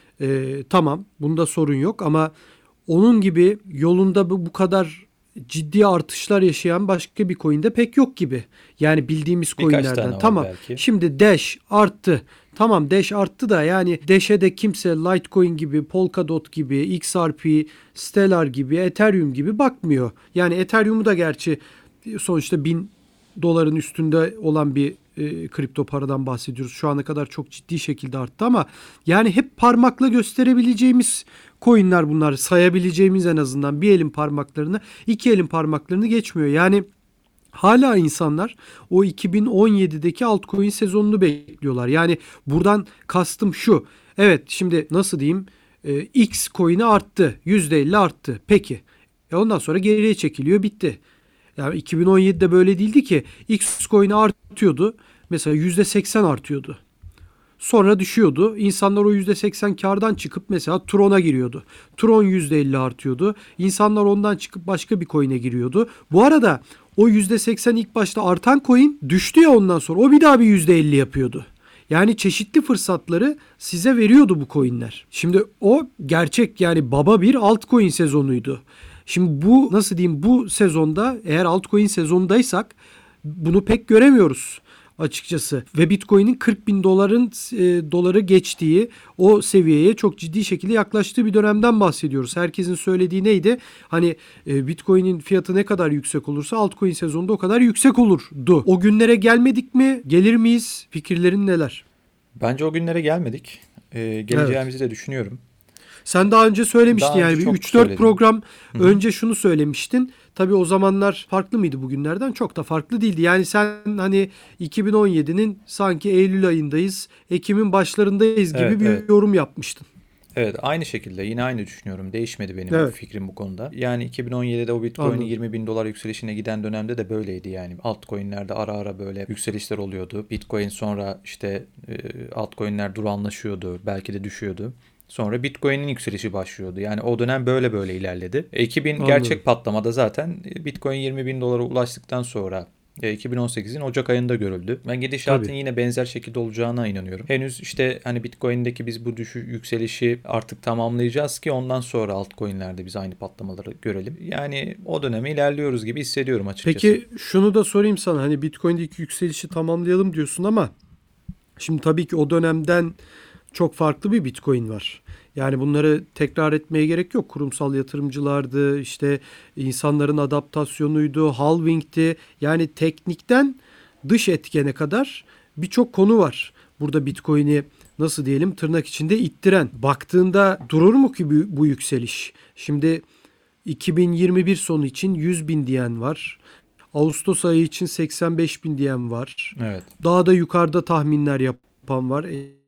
E, tamam, bunda sorun yok ama onun gibi yolunda bu, bu kadar ciddi artışlar yaşayan başka bir coin'de pek yok gibi. Yani bildiğimiz coin'lerden. Tamam. Belki. Şimdi Dash arttı. Tamam, Dash arttı da yani Dash'e de kimse Litecoin gibi, Polkadot gibi, X R P, Stellar gibi, Ethereum gibi bakmıyor. Yani Ethereum'u da gerçi sonuçta bin doların üstünde olan bir e, kripto paradan bahsediyoruz. Şu ana kadar çok ciddi şekilde arttı ama yani hep parmakla gösterebileceğimiz coin'ler bunlar. Sayabileceğimiz en azından bir elin parmaklarını, iki elin parmaklarını geçmiyor. Yani hala insanlar o iki bin on yedideki altcoin sezonunu bekliyorlar. Yani buradan kastım şu. Evet, şimdi nasıl diyeyim? E, X coin'i arttı. yüzde elli arttı. Peki. E ondan sonra geriye çekiliyor, bitti. Yani iki bin on yedide böyle değildi ki. X coin'i artıyordu. Mesela yüzde seksen artıyordu. Sonra düşüyordu. İnsanlar o yüzde seksen kardan çıkıp mesela Tron'a giriyordu. Tron yüzde elli artıyordu. İnsanlar ondan çıkıp başka bir coin'e giriyordu. Bu arada o yüzde seksen ilk başta artan coin düştü ya, ondan sonra o bir daha bir yüzde elli yapıyordu. Yani çeşitli fırsatları size veriyordu bu coin'ler. Şimdi o gerçek, yani baba bir altcoin sezonuydu. Şimdi bu nasıl diyeyim, bu sezonda eğer altcoin sezondaysak bunu pek göremiyoruz açıkçası. Ve Bitcoin'in kırk bin doların e, doları geçtiği, o seviyeye çok ciddi şekilde yaklaştığı bir dönemden bahsediyoruz. Herkesin söylediği neydi? Hani e, Bitcoin'in fiyatı ne kadar yüksek olursa altcoin sezonunda o kadar yüksek olurdu. O günlere gelmedik mi? Gelir miyiz? Fikirlerin neler? Bence o günlere gelmedik. Ee, geleceğimizi evet. de düşünüyorum. Sen daha önce söylemiştin, daha yani bir üç dört program Hı-hı. önce şunu söylemiştin. Tabii o zamanlar farklı mıydı bugünlerden? Çok da farklı değildi. Yani sen hani iki bin on yedinin sanki Eylül ayındayız, Ekim'in başlarındayız gibi evet, bir evet. yorum yapmıştın. Evet, aynı şekilde yine aynı düşünüyorum. Değişmedi benim evet. fikrim bu konuda. Yani iki bin on yedide o Bitcoin'in yirmi bin dolar yükselişine giden dönemde de böyleydi yani. Altcoin'lerde ara ara böyle yükselişler oluyordu. Bitcoin sonra işte e, altcoin'ler duranlaşıyordu. Belki de düşüyordu. Sonra Bitcoin'in yükselişi başlıyordu. Yani o dönem böyle böyle ilerledi. iki bin Anladım. Gerçek patlamada zaten Bitcoin yirmi bin dolara ulaştıktan sonra iki bin on sekizin Ocak ayında görüldü. Ben gidişatın Tabii. yine benzer şekilde olacağına inanıyorum. Henüz işte hani Bitcoin'deki biz bu düşüş yükselişi artık tamamlayacağız ki ondan sonra altcoin'lerde biz aynı patlamaları görelim. Yani o döneme ilerliyoruz gibi hissediyorum açıkçası. Peki şunu da sorayım sana. Hani Bitcoin'deki yükselişi tamamlayalım diyorsun ama şimdi tabii ki o dönemden çok farklı bir Bitcoin var. Yani bunları tekrar etmeye gerek yok. Kurumsal yatırımcılardı, işte insanların adaptasyonuydu, halving'ti. Yani teknikten dış etkene kadar birçok konu var. Burada Bitcoin'i nasıl diyelim tırnak içinde ittiren. Baktığında durur mu ki bu, bu yükseliş? Şimdi iki bin yirmi bir sonu için yüz bin diyen var. Ağustos ayı için seksen beş bin diyen var. Evet. Daha da yukarıda tahminler yapan var.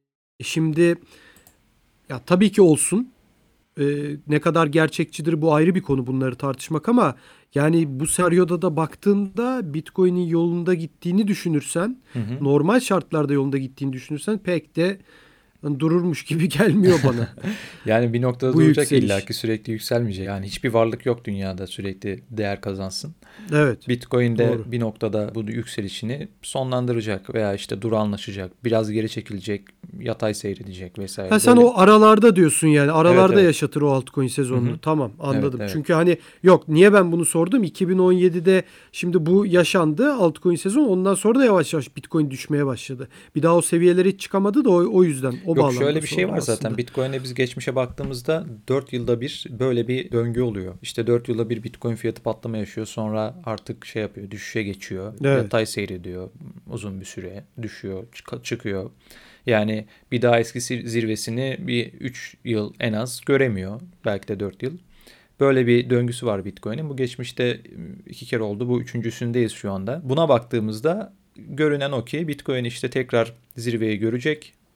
Şimdi ya tabii ki olsun. Ee, ne kadar gerçekçidir bu ayrı bir konu, bunları tartışmak, ama yani bu senaryoda da baktığında Bitcoin'in yolunda gittiğini düşünürsen, hı hı. normal şartlarda yolunda gittiğini düşünürsen pek de dururmuş gibi gelmiyor bana. Yani bir noktada bu duracak illaki, sürekli yükselmeyecek. Yani hiçbir varlık yok dünyada sürekli değer kazansın. Evet. Bitcoin de bir noktada bu yükselişini sonlandıracak veya işte duranlaşacak, biraz geri çekilecek, yatay seyredecek vesaire. Ha, sen o aralarda diyorsun yani. Aralarda evet, evet. yaşatır o altcoin sezonunu. Hı-hı. Tamam, anladım. Evet, evet. Çünkü hani yok, niye ben bunu sordum? iki bin on yedide şimdi bu yaşandı altcoin sezon. Ondan sonra da yavaş yavaş Bitcoin düşmeye başladı. Bir daha o seviyelere hiç çıkamadı da o, o yüzden. O Yok, şöyle bir şey var aslında. Zaten Bitcoin'e biz geçmişe baktığımızda dört yılda bir böyle bir döngü oluyor. İşte dört yılda bir Bitcoin fiyatı patlama yaşıyor. Sonra artık şey yapıyor, düşüşe geçiyor. Evet. Yatay seyrediyor uzun bir süre. Düşüyor, çık- çıkıyor. Yani bir daha eski zirvesini bir üç yıl en az göremiyor. Belki de dört yıl. Böyle bir döngüsü var Bitcoin'in. Bu geçmişte iki kere oldu. Bu üçüncüsündeyiz şu anda. Buna baktığımızda görünen o ki Bitcoin işte tekrar zirveyi görecek.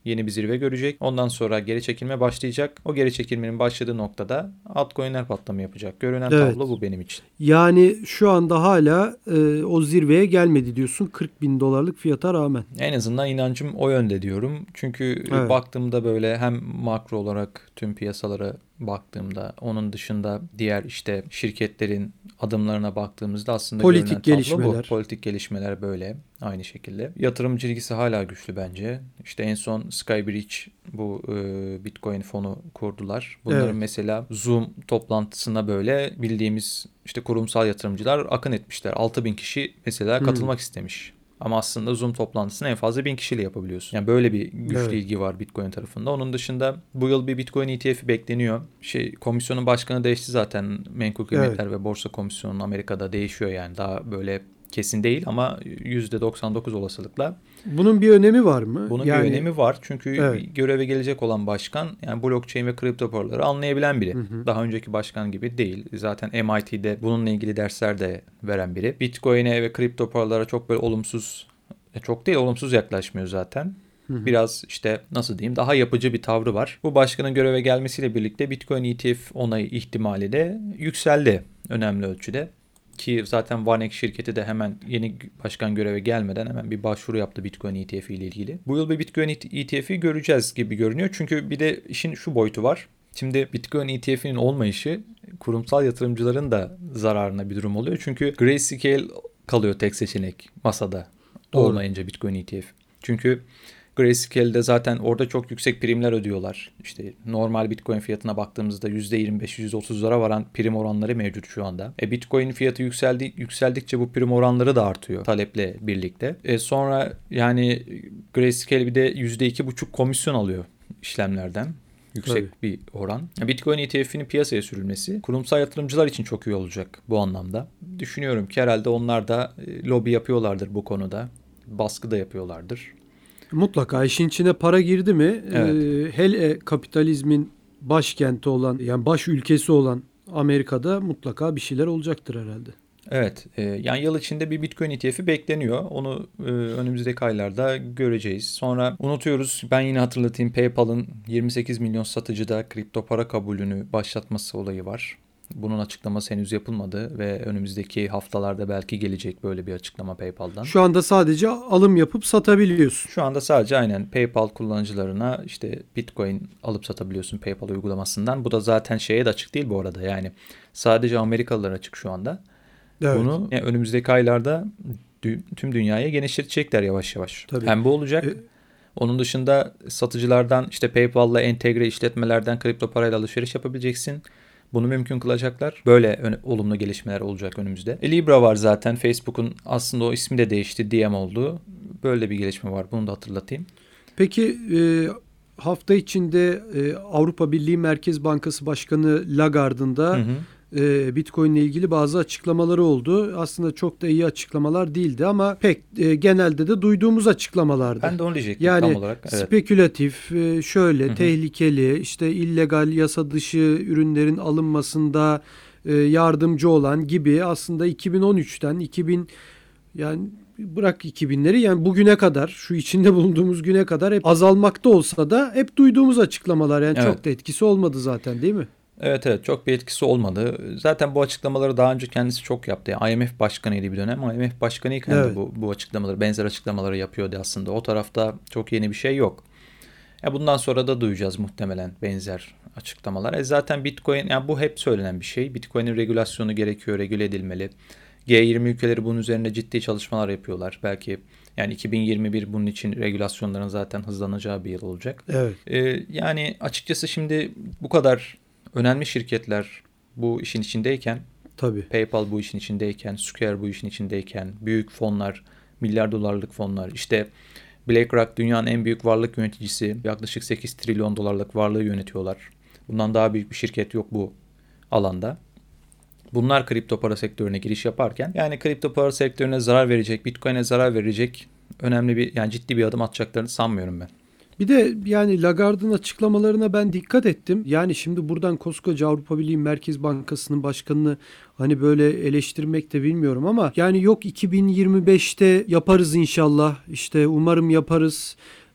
yeni bir zirve görecek. Ondan sonra geri çekilme başlayacak. O geri çekilmenin başladığı noktada altcoin'ler patlama yapacak. Görünen evet. tablo bu benim için. Yani şu anda hala e, o zirveye gelmedi diyorsun kırk bin dolarlık fiyata rağmen. En azından inancım o yönde diyorum. Çünkü evet. baktığımda böyle hem makro olarak tüm piyasalara baktığımda, onun dışında diğer işte şirketlerin adımlarına baktığımızda aslında politik görünen gelişmeler. tablo bu. Politik gelişmeler böyle aynı şekilde. Yatırımcı ilgisi hala güçlü bence. İşte en son Skybridge bu e, Bitcoin fonu kurdular. Bunların evet. mesela Zoom toplantısına böyle bildiğimiz işte kurumsal yatırımcılar akın etmişler. altı bin kişi mesela katılmak hmm. istemiş. Ama aslında Zoom toplantısını en fazla bin kişiyle yapabiliyorsun. Yani böyle bir güçlü evet. ilgi var Bitcoin tarafında. Onun dışında bu yıl bir Bitcoin E T F'i bekleniyor. Şey, komisyonun başkanı değişti zaten. Menkul Kıymetler evet. ve Borsa Komisyonu'nun Amerika'da değişiyor yani. Daha böyle kesin değil ama yüzde doksan dokuz olasılıkla. Bunun bir önemi var mı? Bunun yani... bir önemi var. Çünkü evet. göreve gelecek olan başkan yani blockchain ve kripto paraları anlayabilen biri. Hı hı. Daha önceki başkan gibi değil. Zaten M I T'de bununla ilgili dersler de veren biri. Bitcoin'e ve kripto paralara çok böyle olumsuz, çok değil olumsuz yaklaşmıyor zaten. Hı hı. Biraz işte nasıl diyeyim daha yapıcı bir tavrı var. Bu başkanın göreve gelmesiyle birlikte Bitcoin E T F onayı ihtimali de yükseldi önemli ölçüde. Ki zaten Vaneck şirketi de hemen yeni başkan göreve gelmeden hemen bir başvuru yaptı Bitcoin E T F ile ilgili. Bu yıl bir Bitcoin E T F'i göreceğiz gibi görünüyor. Çünkü bir de işin şu boyutu var. Şimdi Bitcoin E T F'nin olmayışı kurumsal yatırımcıların da zararına bir durum oluyor. Çünkü Grayscale kalıyor tek seçenek masada. Doğru. Olmayınca Bitcoin E T F. Çünkü Grayscale'de zaten orada çok yüksek primler ödüyorlar. İşte normal Bitcoin fiyatına baktığımızda yüzde yirmi beş yüzde otuzlara varan prim oranları mevcut şu anda. E Bitcoin fiyatı yükseldi, yükseldikçe bu prim oranları da artıyor taleple birlikte. E sonra yani Grayscale bir de yüzde iki buçuk komisyon alıyor işlemlerden. Yüksek Tabii. bir oran. Bitcoin E T F'inin piyasaya sürülmesi kurumsal yatırımcılar için çok iyi olacak bu anlamda. Düşünüyorum ki herhalde onlar da lobi yapıyorlardır bu konuda. Baskı da yapıyorlardır. Mutlaka işin içine para girdi mi evet. e, hele kapitalizmin başkenti olan yani baş ülkesi olan Amerika'da mutlaka bir şeyler olacaktır herhalde. Evet e, yani yıl içinde bir Bitcoin E T F'i bekleniyor. Onu e, önümüzdeki aylarda göreceğiz. Sonra unutuyoruz ben yine hatırlatayım PayPal'ın yirmi sekiz milyon satıcıda kripto para kabulünü başlatması olayı var. Bunun açıklaması henüz yapılmadı ve önümüzdeki haftalarda belki gelecek böyle bir açıklama PayPal'dan. Şu anda sadece alım yapıp satabiliyorsun. Şu anda sadece aynen PayPal kullanıcılarına işte Bitcoin alıp satabiliyorsun PayPal uygulamasından. Bu da zaten şeye de açık değil bu arada. Yani sadece Amerikalılar açık şu anda. Evet. Bunu yani önümüzdeki aylarda dü- tüm dünyaya genişletecekler yavaş yavaş. Tabii. Hem bu olacak. E- Onun dışında satıcılardan işte PayPal'la entegre işletmelerden kripto parayla alışveriş yapabileceksin. Bunu mümkün kılacaklar. Böyle ön- olumlu gelişmeler olacak önümüzde. E, Libra var zaten. Facebook'un aslında o ismi de değişti. D M oldu. Böyle bir gelişme var. Bunu da hatırlatayım. Peki e, hafta içinde e, Avrupa Birliği Merkez Bankası Başkanı Lagarde'ın da hı hı. E, Bitcoin ile ilgili bazı açıklamaları oldu. Aslında çok da iyi açıklamalar değildi ama pek e, genelde de duyduğumuz açıklamalardı. Ben de onu diyecektim yani, tam olarak. Evet. Spekülatif, e, şöyle hı hı. tehlikeli, işte illegal yasa dışı ürünlerin alınmasında e, yardımcı olan gibi aslında iki bin on üçten iki bin yani bırak iki binleri yani bugüne kadar şu içinde bulunduğumuz güne kadar hep azalmakta olsa da hep duyduğumuz açıklamalar yani evet. çok da etkisi olmadı zaten değil mi? Evet evet çok bir etkisi olmadı. Zaten bu açıklamaları daha önce kendisi çok yaptı. Yani I M F başkanıydı bir dönem. I M F başkanıyken evet. de bu, bu açıklamaları, benzer açıklamaları yapıyordu aslında. O tarafta çok yeni bir şey yok. Ya bundan sonra da duyacağız muhtemelen benzer açıklamalar. E zaten Bitcoin, yani bu hep söylenen bir şey. Bitcoin'in regülasyonu gerekiyor, regüle edilmeli. G yirmi ülkeleri bunun üzerine ciddi çalışmalar yapıyorlar. Belki yani iki bin yirmi bir bunun için regülasyonların zaten hızlanacağı bir yıl olacak. Evet. E, yani açıkçası şimdi bu kadar önemli şirketler bu işin içindeyken, tabii. PayPal bu işin içindeyken, Square bu işin içindeyken, büyük fonlar, milyar dolarlık fonlar, işte BlackRock dünyanın en büyük varlık yöneticisi, yaklaşık sekiz trilyon dolarlık varlığı yönetiyorlar. Bundan daha büyük bir şirket yok bu alanda. Bunlar kripto para sektörüne giriş yaparken, yani kripto para sektörüne zarar verecek, Bitcoin'e zarar verecek önemli bir, yani ciddi bir adım atacaklarını sanmıyorum ben. Bir de yani Lagarde'ın açıklamalarına ben dikkat ettim. Yani şimdi buradan koskoca Avrupa Birliği Merkez Bankası'nın başkanını hani böyle eleştirmek de bilmiyorum ama yani yok iki bin yirmi beşte yaparız inşallah, işte umarım yaparız.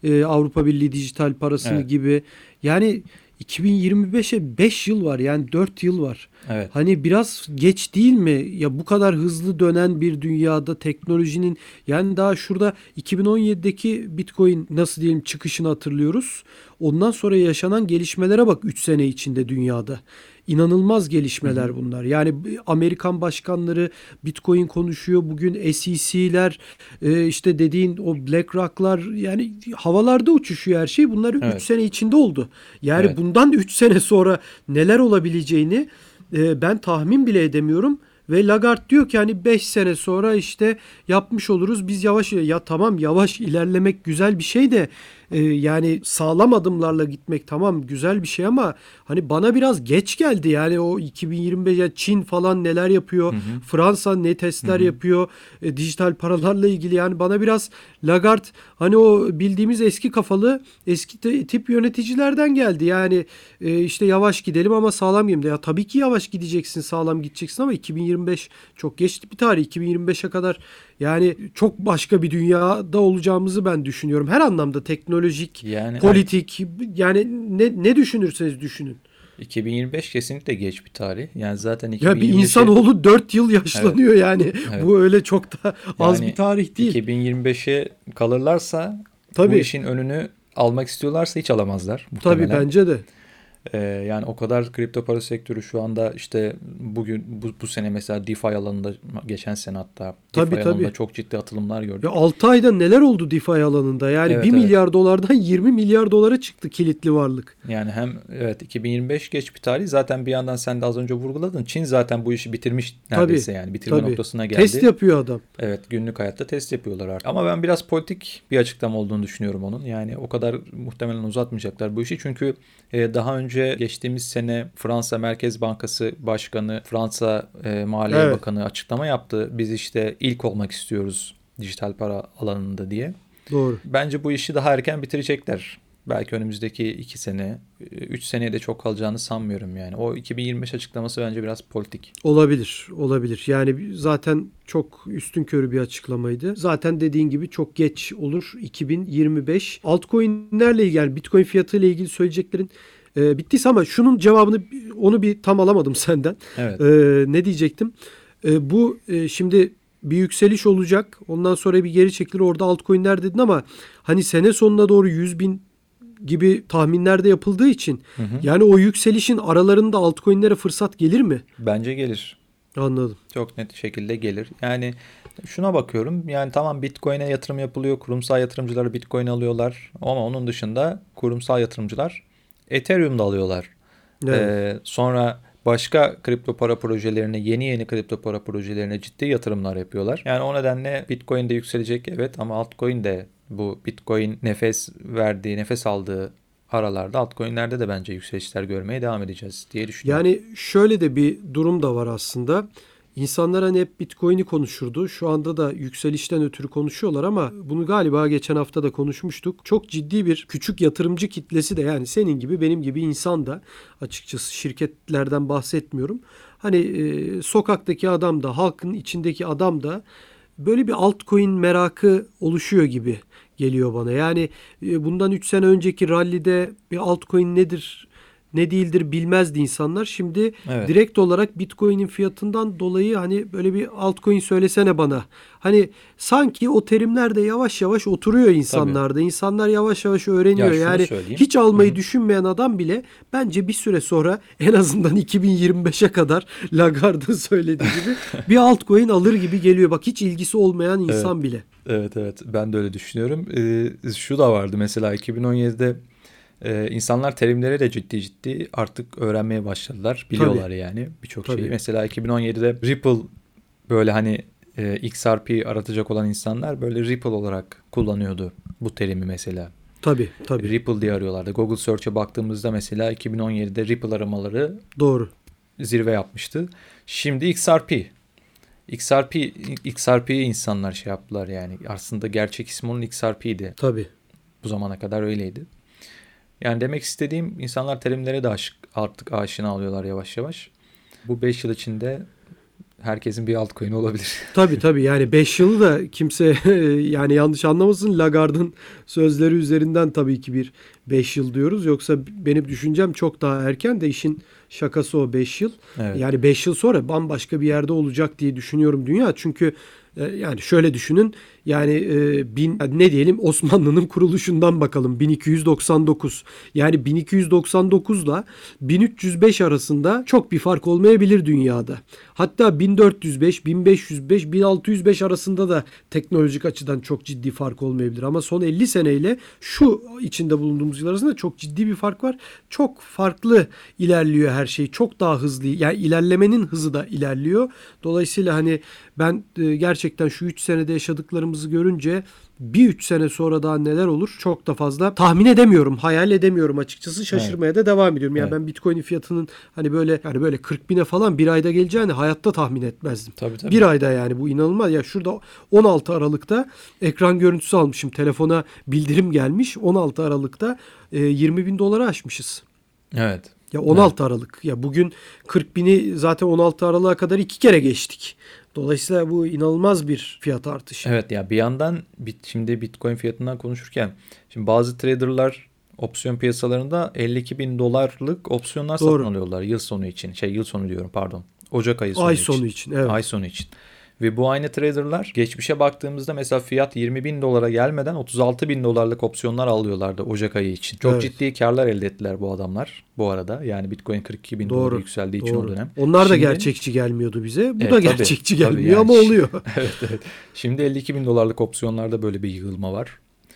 e, Avrupa Birliği dijital parasını Evet. gibi. Yani iki bin yirmi beşe beş yıl var, yani dört yıl var. Evet. Hani biraz geç değil mi? Ya bu kadar hızlı dönen bir dünyada teknolojinin, yani daha şurada iki bin on yedideki Bitcoin nasıl diyelim çıkışını hatırlıyoruz. Ondan sonra yaşanan gelişmelere bak üç sene içinde dünyada. İnanılmaz gelişmeler Hı hı. bunlar. Yani Amerikan başkanları Bitcoin konuşuyor. Bugün S E C'ler, e, işte dediğin o BlackRock'lar, yani havalarda uçuşuyor her şey. Bunlar üç Evet. sene içinde oldu. Yani Evet. bundan üç sene sonra neler olabileceğini e, ben tahmin bile edemiyorum. Ve Lagarde diyor ki hani beş sene sonra işte yapmış oluruz. Biz yavaş, ya tamam, yavaş ilerlemek güzel bir şey de e, yani sağlam adımlarla gitmek tamam güzel bir şey ama hani bana biraz geç geldi. Yani o iki bin yirmi beş, Çin falan neler yapıyor? Hı hı. Fransa ne testler Hı hı. yapıyor? E, dijital paralarla ilgili, yani bana biraz Lagarde hani o bildiğimiz eski kafalı, eski te- tip yöneticilerden geldi. Yani e, işte yavaş gidelim ama sağlam gidelim. Ya tabii ki yavaş gideceksin, sağlam gideceksin ama iki bin yirmi beş çok geçti bir tarih. iki bin yirmi beşe kadar yani çok başka bir dünyada olacağımızı ben düşünüyorum. Her anlamda teknolojik, Yani politik, yani ne ne düşünürseniz düşünün. iki bin yirmi beş kesinlikle geç bir tarih. Yani zaten Ya bir iki bin yirmi beşe insanoğlu dört yıl yaşlanıyor yani. Evet. Bu öyle çok da az Yani bir tarih değil. iki bin yirmi beşe kalırlarsa bu Tabii. işin önünü almak istiyorlarsa hiç alamazlar Tabii muhtemelen. bence de. Ee, yani o kadar kripto para sektörü şu anda işte bugün bu, bu sene mesela DeFi alanında geçen sene hatta Tabii, DeFi alanında tabii. çok ciddi atılımlar gördük. Ya altı ayda neler oldu DeFi alanında? Yani Evet, bir evet. milyar dolardan yirmi milyar dolara çıktı kilitli varlık. Yani hem evet iki bin yirmi beş geç bir tarih, zaten bir yandan sen de az önce vurguladın. Çin zaten bu işi bitirmiş neredeyse, Tabii. yani bitirme Tabii. noktasına geldi. Test yapıyor adam. Evet, günlük hayatta test yapıyorlar artık. Ama ben biraz politik bir açıklama olduğunu düşünüyorum onun. Yani o kadar muhtemelen uzatmayacaklar bu işi. Çünkü e, daha önce geçtiğimiz sene Fransa Merkez Bankası Başkanı, Fransa e, Maliye Evet. Bakanı açıklama yaptı. Biz işte ilk olmak istiyoruz dijital para alanında diye. Doğru. Bence bu işi daha erken bitirecekler. Belki önümüzdeki iki sene, üç seneye de çok kalacağını sanmıyorum yani. O iki bin yirmi beş açıklaması bence biraz politik. Olabilir, olabilir. Yani zaten çok üstünkörü bir açıklamaydı. Zaten dediğin gibi çok geç olur iki bin yirmi beş. Altcoin'lerle ilgili, yani Bitcoin fiyatıyla ilgili söyleyeceklerin e, bittiyse ama şunun cevabını, onu bir tam alamadım senden. Evet. E, ne diyecektim? E, bu e, şimdi bir yükseliş olacak. Ondan sonra bir geri çekilir. Orada altcoin'ler dedin ama hani sene sonuna doğru yüz bin gibi tahminler de yapıldığı için Hı hı. yani o yükselişin aralarında altcoin'lere fırsat gelir mi? Bence gelir. Anladım. Çok net şekilde gelir. Yani şuna bakıyorum. Yani tamam, Bitcoin'e yatırım yapılıyor. Kurumsal yatırımcılar Bitcoin alıyorlar. Ama onun dışında kurumsal yatırımcılar Ethereum'da alıyorlar. Evet. Ee, sonra başka kripto para projelerine, yeni yeni kripto para projelerine ciddi yatırımlar yapıyorlar. Yani o nedenle Bitcoin de yükselecek evet, ama altcoin de, bu Bitcoin nefes verdiği, nefes aldığı aralarda altcoin'lerde de bence yükselişler görmeye devam edeceğiz diye düşünüyorum. Yani şöyle de bir durum da var aslında. İnsanlar hani hep Bitcoin'i konuşurdu. Şu anda da yükselişten ötürü konuşuyorlar ama bunu galiba geçen hafta da konuşmuştuk. Çok ciddi bir küçük yatırımcı kitlesi de, yani senin gibi benim gibi insan da, açıkçası şirketlerden bahsetmiyorum. Hani e, sokaktaki adam da, halkın içindeki adam da böyle bir altcoin merakı oluşuyor gibi geliyor bana. Yani e, bundan üç sene önceki rallide bir altcoin nedir, ne değildir bilmezdi insanlar. Şimdi Evet. direkt olarak Bitcoin'in fiyatından dolayı hani böyle bir altcoin söylesene bana. Hani sanki o terimler de yavaş yavaş oturuyor insanlarda. İnsanlar yavaş yavaş öğreniyor. Ya şunu Yani söyleyeyim. hiç almayı Hı hı. düşünmeyen adam bile bence bir süre sonra, en azından iki bin yirmi beşe kadar Lagarde'ın söylediği gibi bir altcoin alır gibi geliyor. Bak, hiç ilgisi olmayan insan Evet. bile. Evet, evet, ben de öyle düşünüyorum. Ee, şu da vardı mesela iki bin on yedide e, insanlar terimleri de ciddi ciddi artık öğrenmeye başladılar. Biliyorlar Tabii. yani birçok Tabii. şeyi. Mesela iki bin on yedide Ripple, böyle hani e, X R P aratacak olan insanlar böyle Ripple olarak kullanıyordu bu terimi mesela. Tabii, tabii. Ripple diye arıyorlardı. Google Search'e baktığımızda mesela iki bin on yedide Ripple aramaları Doğru. zirve yapmıştı. Şimdi X R P. X R P, X R P'yi insanlar şey yaptılar yani. Aslında gerçek ismi onun X R P'ydi. Tabii. Bu zamana kadar öyleydi. Yani demek istediğim, insanlar terimlere de aşık, artık aşina oluyorlar yavaş yavaş. Bu beş yıl içinde herkesin bir altcoin'i olabilir. Tabii tabii yani beş yılı da kimse yani yanlış anlamasın, Lagarde'ın sözleri üzerinden tabii ki bir beş yıl diyoruz. Yoksa benim düşüncem çok daha erken de, işin şakası o beş yıl. Evet. Yani beş yıl sonra bambaşka bir yerde olacak diye düşünüyorum dünya. Çünkü yani şöyle düşünün, yani e, bin, ne diyelim Osmanlı'nın kuruluşundan bakalım, bin iki yüz doksan dokuz. Yani bin iki yüz doksan dokuz ile bin üç yüz beş arasında çok bir fark olmayabilir dünyada. Hatta bin dört yüz beş, bin beş yüz beş, bin altı yüz beş arasında da teknolojik açıdan çok ciddi fark olmayabilir. Ama son elli seneyle şu içinde bulunduğumuz yıl arasında çok ciddi bir fark var. Çok farklı ilerliyor her şey. Çok daha hızlı. Yani ilerlemenin hızı da ilerliyor. Dolayısıyla hani ben e, gerçekten şu üç senede yaşadıklarımızı görünce bir üç sene sonra daha neler olur çok da fazla tahmin edemiyorum. Hayal edemiyorum açıkçası. Şaşırmaya evet. da devam ediyorum. Yani evet. ben Bitcoin'in fiyatının hani böyle yani böyle kırk bine falan bir ayda geleceğini hayatta tahmin etmezdim. Tabii, tabii. Bir ayda yani bu inanılmaz. Ya şurada on altı Aralık'ta ekran görüntüsü almışım. Telefona bildirim gelmiş. on altı Aralık'ta e, yirmi bin dolara aşmışız. Evet. Ya on altı evet. Aralık. Ya bugün kırk bini zaten on altı Aralık'a kadar iki kere geçtik. Dolayısıyla bu inanılmaz bir fiyat artışı. Evet ya bir yandan şimdi Bitcoin fiyatından konuşurken şimdi bazı traderlar opsiyon piyasalarında elli iki bin dolarlık opsiyonlar Doğru. satın alıyorlar yıl sonu için. Şey yıl sonu diyorum pardon. Ocak ayı sonu Ay için. sonu için. Evet. Ay sonu için. Ve bu aynı traderlar geçmişe baktığımızda mesela fiyat yirmi bin dolara gelmeden otuz altı bin dolarlık opsiyonlar alıyorlardı Ocak ayı için. Çok evet. ciddi karlar elde ettiler bu adamlar bu arada. Yani Bitcoin kırk iki bin dolara yükseldiği için doğru. o dönem. Onlar da Şimdi, gerçekçi gelmiyordu bize. Bu evet, da gerçekçi tabii, gelmiyor tabii yani. ama oluyor. evet, evet. Şimdi elli iki bin dolarlık opsiyonlarda böyle bir yığılma var.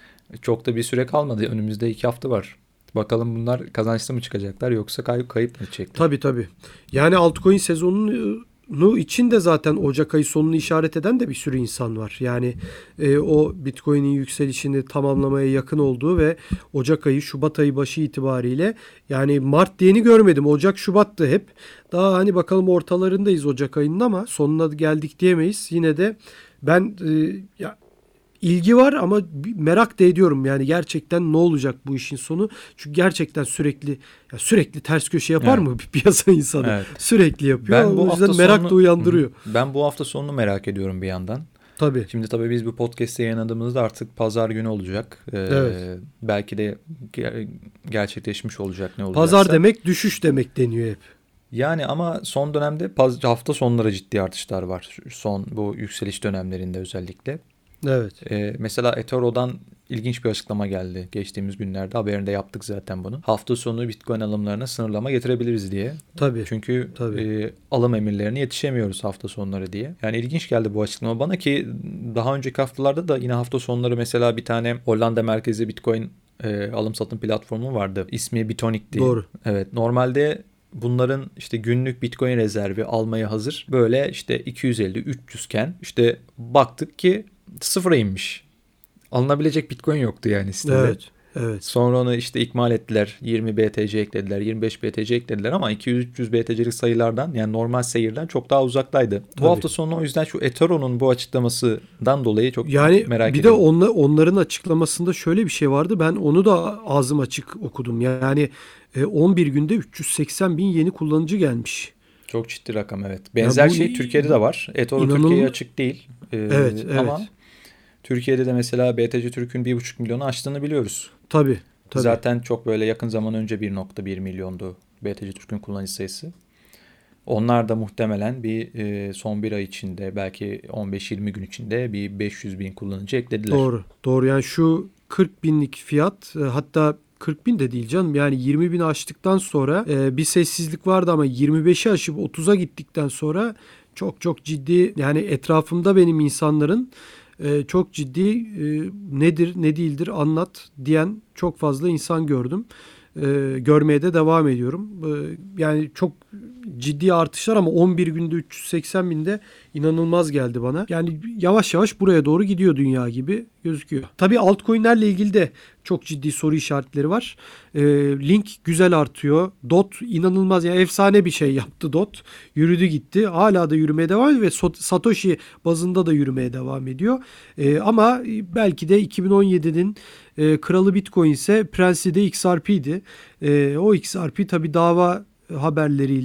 Çok da bir süre kalmadı. Önümüzde iki hafta var. Bakalım bunlar kazançlı mı çıkacaklar yoksa kayıp kayıp mı edecekler? Tabii tabii. Yani altcoin sezonunu Nu için de zaten Ocak ayı sonunu işaret eden de bir sürü insan var. Yani e, o Bitcoin'in yükselişini tamamlamaya yakın olduğu ve Ocak ayı, Şubat ayı başı itibariyle, yani Mart diyeni görmedim. Ocak, Şubat'tı hep. Daha hani bakalım ortalarındayız Ocak ayının ama sonuna geldik diyemeyiz. Yine de ben e, ya İlgi var ama merak da ediyorum yani gerçekten ne olacak bu işin sonu? Çünkü gerçekten sürekli ya sürekli ters köşe yapar evet. mı bir piyasa insanı? Evet. Sürekli yapıyor. Ben o yüzden merak sonunu, da uyandırıyor. Ben bu hafta sonunu merak ediyorum bir yandan. Tabii. Şimdi tabii biz bu podcast'te yayınladığımızda artık pazar günü olacak. Ee, evet. Belki de ger- gerçekleşmiş olacak ne olacaksa. Pazar demek düşüş demek deniyor hep. Yani ama son dönemde hafta sonları ciddi artışlar var. Son bu yükseliş dönemlerinde özellikle. Evet. Ee, mesela eToro'dan ilginç bir açıklama geldi. Geçtiğimiz günlerde haberinde yaptık zaten bunu. Hafta sonu Bitcoin alımlarına sınırlama getirebiliriz diye. Tabii. Çünkü tabii. E, alım emirlerine yetişemiyoruz hafta sonları diye. Yani ilginç geldi bu açıklama bana ki daha önceki haftalarda da yine hafta sonları mesela bir tane Hollanda merkezli Bitcoin e, alım satım platformu vardı. İsmi Bitonic'ti. Doğru. Evet. Normalde bunların işte günlük Bitcoin rezervi almaya hazır. Böyle işte iki yüz elli üç yüz iken işte baktık ki sıfıra inmiş. Alınabilecek Bitcoin yoktu yani sitede. Evet, evet. Sonra onu işte ikmal ettiler. yirmi B T C eklediler, yirmi beş B T C eklediler ama iki yüz üç yüz B T C'lik sayılardan yani normal seyirden çok daha uzaktaydı. Tabii. Bu hafta sonu o yüzden şu eToro'nun bu açıklamasından dolayı çok yani merak bir ediyorum. Bir de onla, onların açıklamasında şöyle bir şey vardı. Ben onu da ağzım açık okudum. Yani on bir günde üç yüz seksen bin yeni kullanıcı gelmiş. Çok ciddi rakam evet. Benzer şey Türkiye'de de var. eToro inanılmaz... Türkiye'ye açık değil. Ee, evet, evet. Ama Türkiye'de de mesela B T C Türk'ün bir buçuk milyonu aştığını biliyoruz. Tabii, tabii. Zaten çok böyle yakın zaman önce bir nokta bir milyondu B T C Türk'ün kullanıcı sayısı. Onlar da muhtemelen bir e, son bir ay içinde belki on beş yirmi gün içinde bir beş yüz bin kullanıcı eklediler. Doğru, doğru. Yani şu kırk binlik fiyat hatta kırk bin de değil canım. Yani yirmi bini aştıktan sonra e, bir sessizlik vardı ama yirmi beşi aşıp otuza gittikten sonra çok çok ciddi yani etrafımda benim insanların e, çok ciddi e, nedir ne değildir anlat diyen çok fazla insan gördüm. E, görmeye de devam ediyorum. E, yani çok ciddi artışlar ama on bir günde üç yüz seksen binde inanılmaz geldi bana. Yani yavaş yavaş buraya doğru gidiyor dünya gibi gözüküyor. Tabii altcoin'lerle ilgili de çok ciddi soru işaretleri var. E, Link güzel artıyor. D O T inanılmaz yani efsane bir şey yaptı D O T. Yürüdü gitti. Hala da yürümeye devam ediyor ve Satoshi bazında da yürümeye devam ediyor. E, ama belki de iki bin on yedinin e, kralı Bitcoin ise prensi de X R P'ydi. E, o X R P tabii dava haberleriyle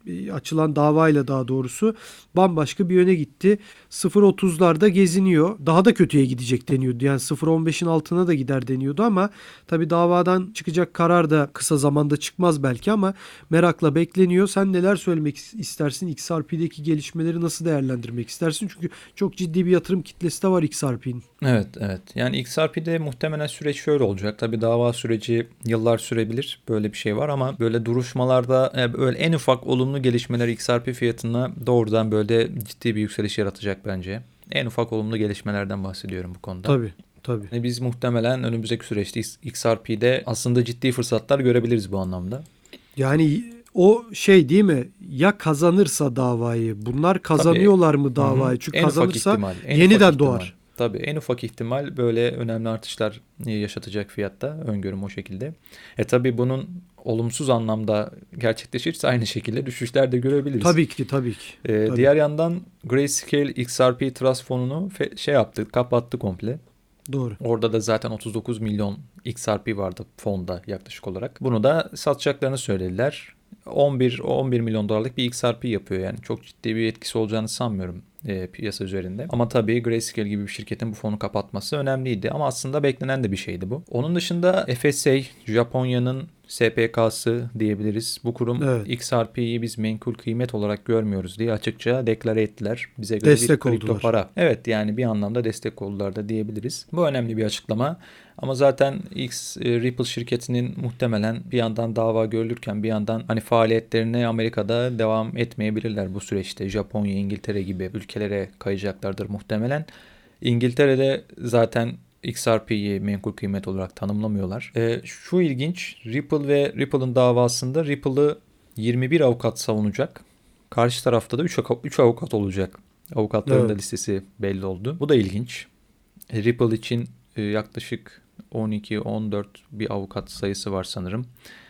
açılan davayla daha doğrusu bambaşka bir yöne gitti. sıfır otuzlarda geziniyor. Daha da kötüye gidecek deniyordu. Yani sıfır on beşin altına da gider deniyordu ama tabii davadan çıkacak karar da kısa zamanda çıkmaz belki ama merakla bekleniyor. Sen neler söylemek istersin? X R P'deki gelişmeleri nasıl değerlendirmek istersin? Çünkü çok ciddi bir yatırım kitlesi de var X R P'nin. Evet, evet. Yani X R P'de muhtemelen süreç şöyle olacak. Tabii dava süreci yıllar sürebilir. Böyle bir şey var ama böyle duruşmalarda yani böyle en ufak olumlu gelişmeler X R P fiyatına doğrudan böyle ciddi bir yükseliş yaratacak bence. En ufak olumlu gelişmelerden bahsediyorum bu konuda. Tabii, tabii. Yani biz muhtemelen önümüzdeki süreçte X R P'de aslında ciddi fırsatlar görebiliriz bu anlamda. Yani o şey değil mi? Ya kazanırsa davayı. Bunlar kazanıyorlar Tabii. mı davayı? Çünkü en kazanırsa ihtimal, yeniden doğar. Ihtimal. Tabii en ufak ihtimal böyle önemli artışlar yaşatacak fiyatta. Öngörüm o şekilde. E tabii bunun olumsuz anlamda gerçekleşirse aynı şekilde düşüşler de görebiliriz. Tabii ki tabii ki. Ee, tabii. Diğer yandan Grayscale X R P Trust fonunu fe- şey yaptı, kapattı komple. Doğru. Orada da zaten otuz dokuz milyon X R P vardı fonda yaklaşık olarak. Bunu da satacaklarını söylediler. on bir on bir milyon dolarlık bir X R P yapıyor yani. Çok ciddi bir etkisi olacağını sanmıyorum e, piyasa üzerinde. Ama tabii Grayscale gibi bir şirketin bu fonu kapatması önemliydi. Ama aslında beklenen de bir şeydi bu. Onun dışında F S A, Japonya'nın S P K'sı diyebiliriz. Bu kurum evet. X R P'yi biz menkul kıymet olarak görmüyoruz diye açıkça deklare ettiler. Bize göre destek bir kripto oldular. Para. Evet yani bir anlamda destek oldular da diyebiliriz. Bu önemli bir açıklama. Ama zaten X Ripple şirketinin muhtemelen bir yandan dava görülürken bir yandan hani faaliyetlerine Amerika'da devam etmeyebilirler bu süreçte. Japonya, İngiltere gibi ülkelere kayacaklardır muhtemelen. İngiltere'de zaten X R P'yi menkul kıymet olarak tanımlamıyorlar. E, şu ilginç, Ripple ve Ripple'ın davasında Ripple'ı yirmi bir avukat savunacak. Karşı tarafta da üç avukat olacak. Avukatların evet. da listesi belli oldu. Bu da ilginç. E, Ripple için e, yaklaşık on iki on dört bir avukat sayısı var sanırım.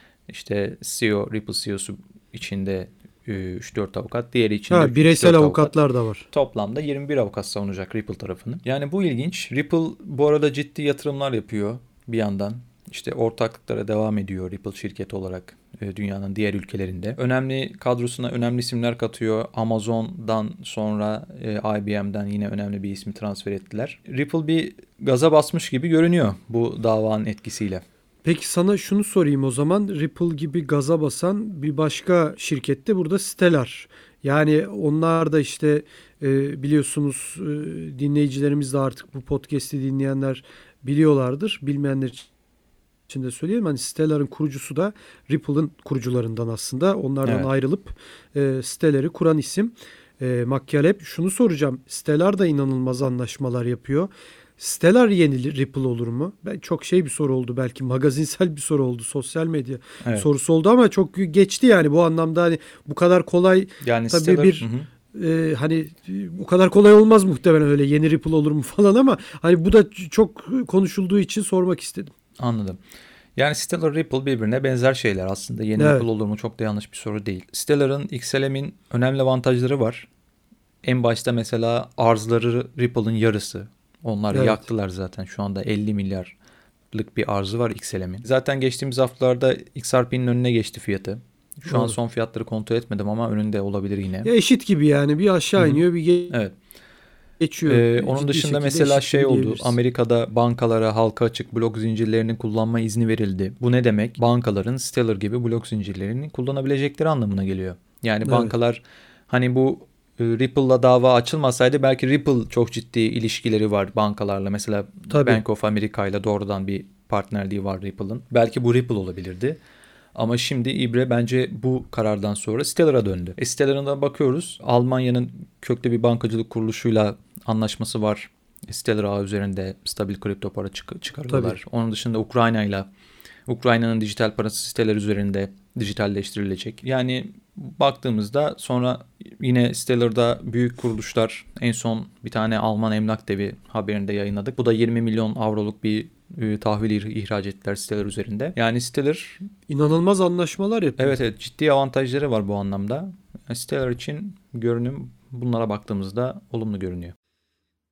İşte C E O, Ripple C E O'su içinde üç dört avukat. Diğeri için ha, bireysel avukatlar avukat. Da var. Toplamda yirmi bir avukat savunacak Ripple tarafını. Yani bu ilginç. Ripple bu arada ciddi yatırımlar yapıyor bir yandan. İşte ortaklıklara devam ediyor Ripple şirketi olarak dünyanın diğer ülkelerinde. Önemli kadrosuna önemli isimler katıyor. Amazon'dan sonra I B M'den yine önemli bir ismi transfer ettiler. Ripple bir gaza basmış gibi görünüyor bu davanın etkisiyle. Peki sana şunu sorayım o zaman. Ripple gibi gaza basan bir başka şirkette burada Stellar. Yani onlar da işte e, biliyorsunuz e, dinleyicilerimiz de artık bu podcast'i dinleyenler biliyorlardır. Bilmeyenler için de söyleyelim. Hani Stellar'ın kurucusu da Ripple'ın kurucularından aslında. Onlardan evet. ayrılıp e, Stellar'ı kuran isim. E, Makyalep şunu soracağım. Stellar da inanılmaz anlaşmalar yapıyor. Stellar yeni Ripple olur mu? Ben çok şey bir soru oldu belki magazinsel bir soru oldu sosyal medya evet. sorusu oldu ama çok geçti yani bu anlamda hani bu kadar kolay yani tabii Stellar, bir hı hı. E, hani bu kadar kolay olmaz muhtemelen öyle yeni Ripple olur mu falan ama hani bu da çok konuşulduğu için sormak istedim. Anladım. Yani Stellar Ripple birbirine benzer şeyler aslında. Yeni evet. Ripple olur mu çok da yanlış bir soru değil. Stellar'ın X L M'in önemli avantajları var. En başta mesela arzları Ripple'ın yarısı. Onlar evet. yaktılar zaten. Şu anda elli milyarlık bir arzı var X L M'in. Zaten geçtiğimiz haftalarda X R P'nin önüne geçti fiyatı. Şu Doğru. an son fiyatları kontrol etmedim ama önünde olabilir yine. Ya eşit gibi yani. Bir aşağı Hı-hı. iniyor bir ge- evet. geçiyor. Ee, onun dışında mesela şey oldu. Amerika'da bankalara halka açık blok zincirlerinin kullanma izni verildi. Bu ne demek? Bankaların Stellar gibi blok zincirlerini kullanabilecekleri anlamına geliyor. Yani evet. bankalar hani bu Ripple'la dava açılmasaydı belki Ripple çok ciddi ilişkileri var bankalarla. Mesela Tabii. Bank of America ile doğrudan bir partnerliği var Ripple'ın. Belki bu Ripple olabilirdi. Ama şimdi İbre bence bu karardan sonra Stellar'a döndü. E Stellar'a da bakıyoruz. Almanya'nın köklü bir bankacılık kuruluşuyla anlaşması var. Stellar ağı üzerinde stabil kripto para çık- çıkarıyorlar. Tabii. Onun dışında Ukrayna'yla Ukrayna'nın dijital parası Stellar üzerinde dijitalleştirilecek. Yani baktığımızda sonra yine Stellar'da büyük kuruluşlar, en son bir tane Alman emlak devi haberinde yayınladık. Bu da yirmi milyon avroluk bir e, tahvil ihraç ettiler Stellar üzerinde. Yani Stellar inanılmaz anlaşmalar yapıyor. Evet evet ciddi avantajları var bu anlamda. Stellar için görünüm bunlara baktığımızda olumlu görünüyor.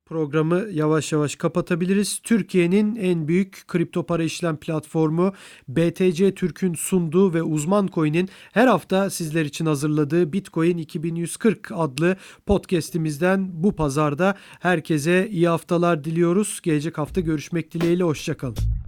Programı yavaş yavaş kapatabiliriz. Türkiye'nin en büyük kripto para işlem platformu B T C Türk'ün sunduğu ve Uzman Coin'in her hafta sizler için hazırladığı Bitcoin iki bin yüz kırk adlı podcast'imizden bu pazarda herkese iyi haftalar diliyoruz. Gelecek hafta görüşmek dileğiyle, hoşça kalın.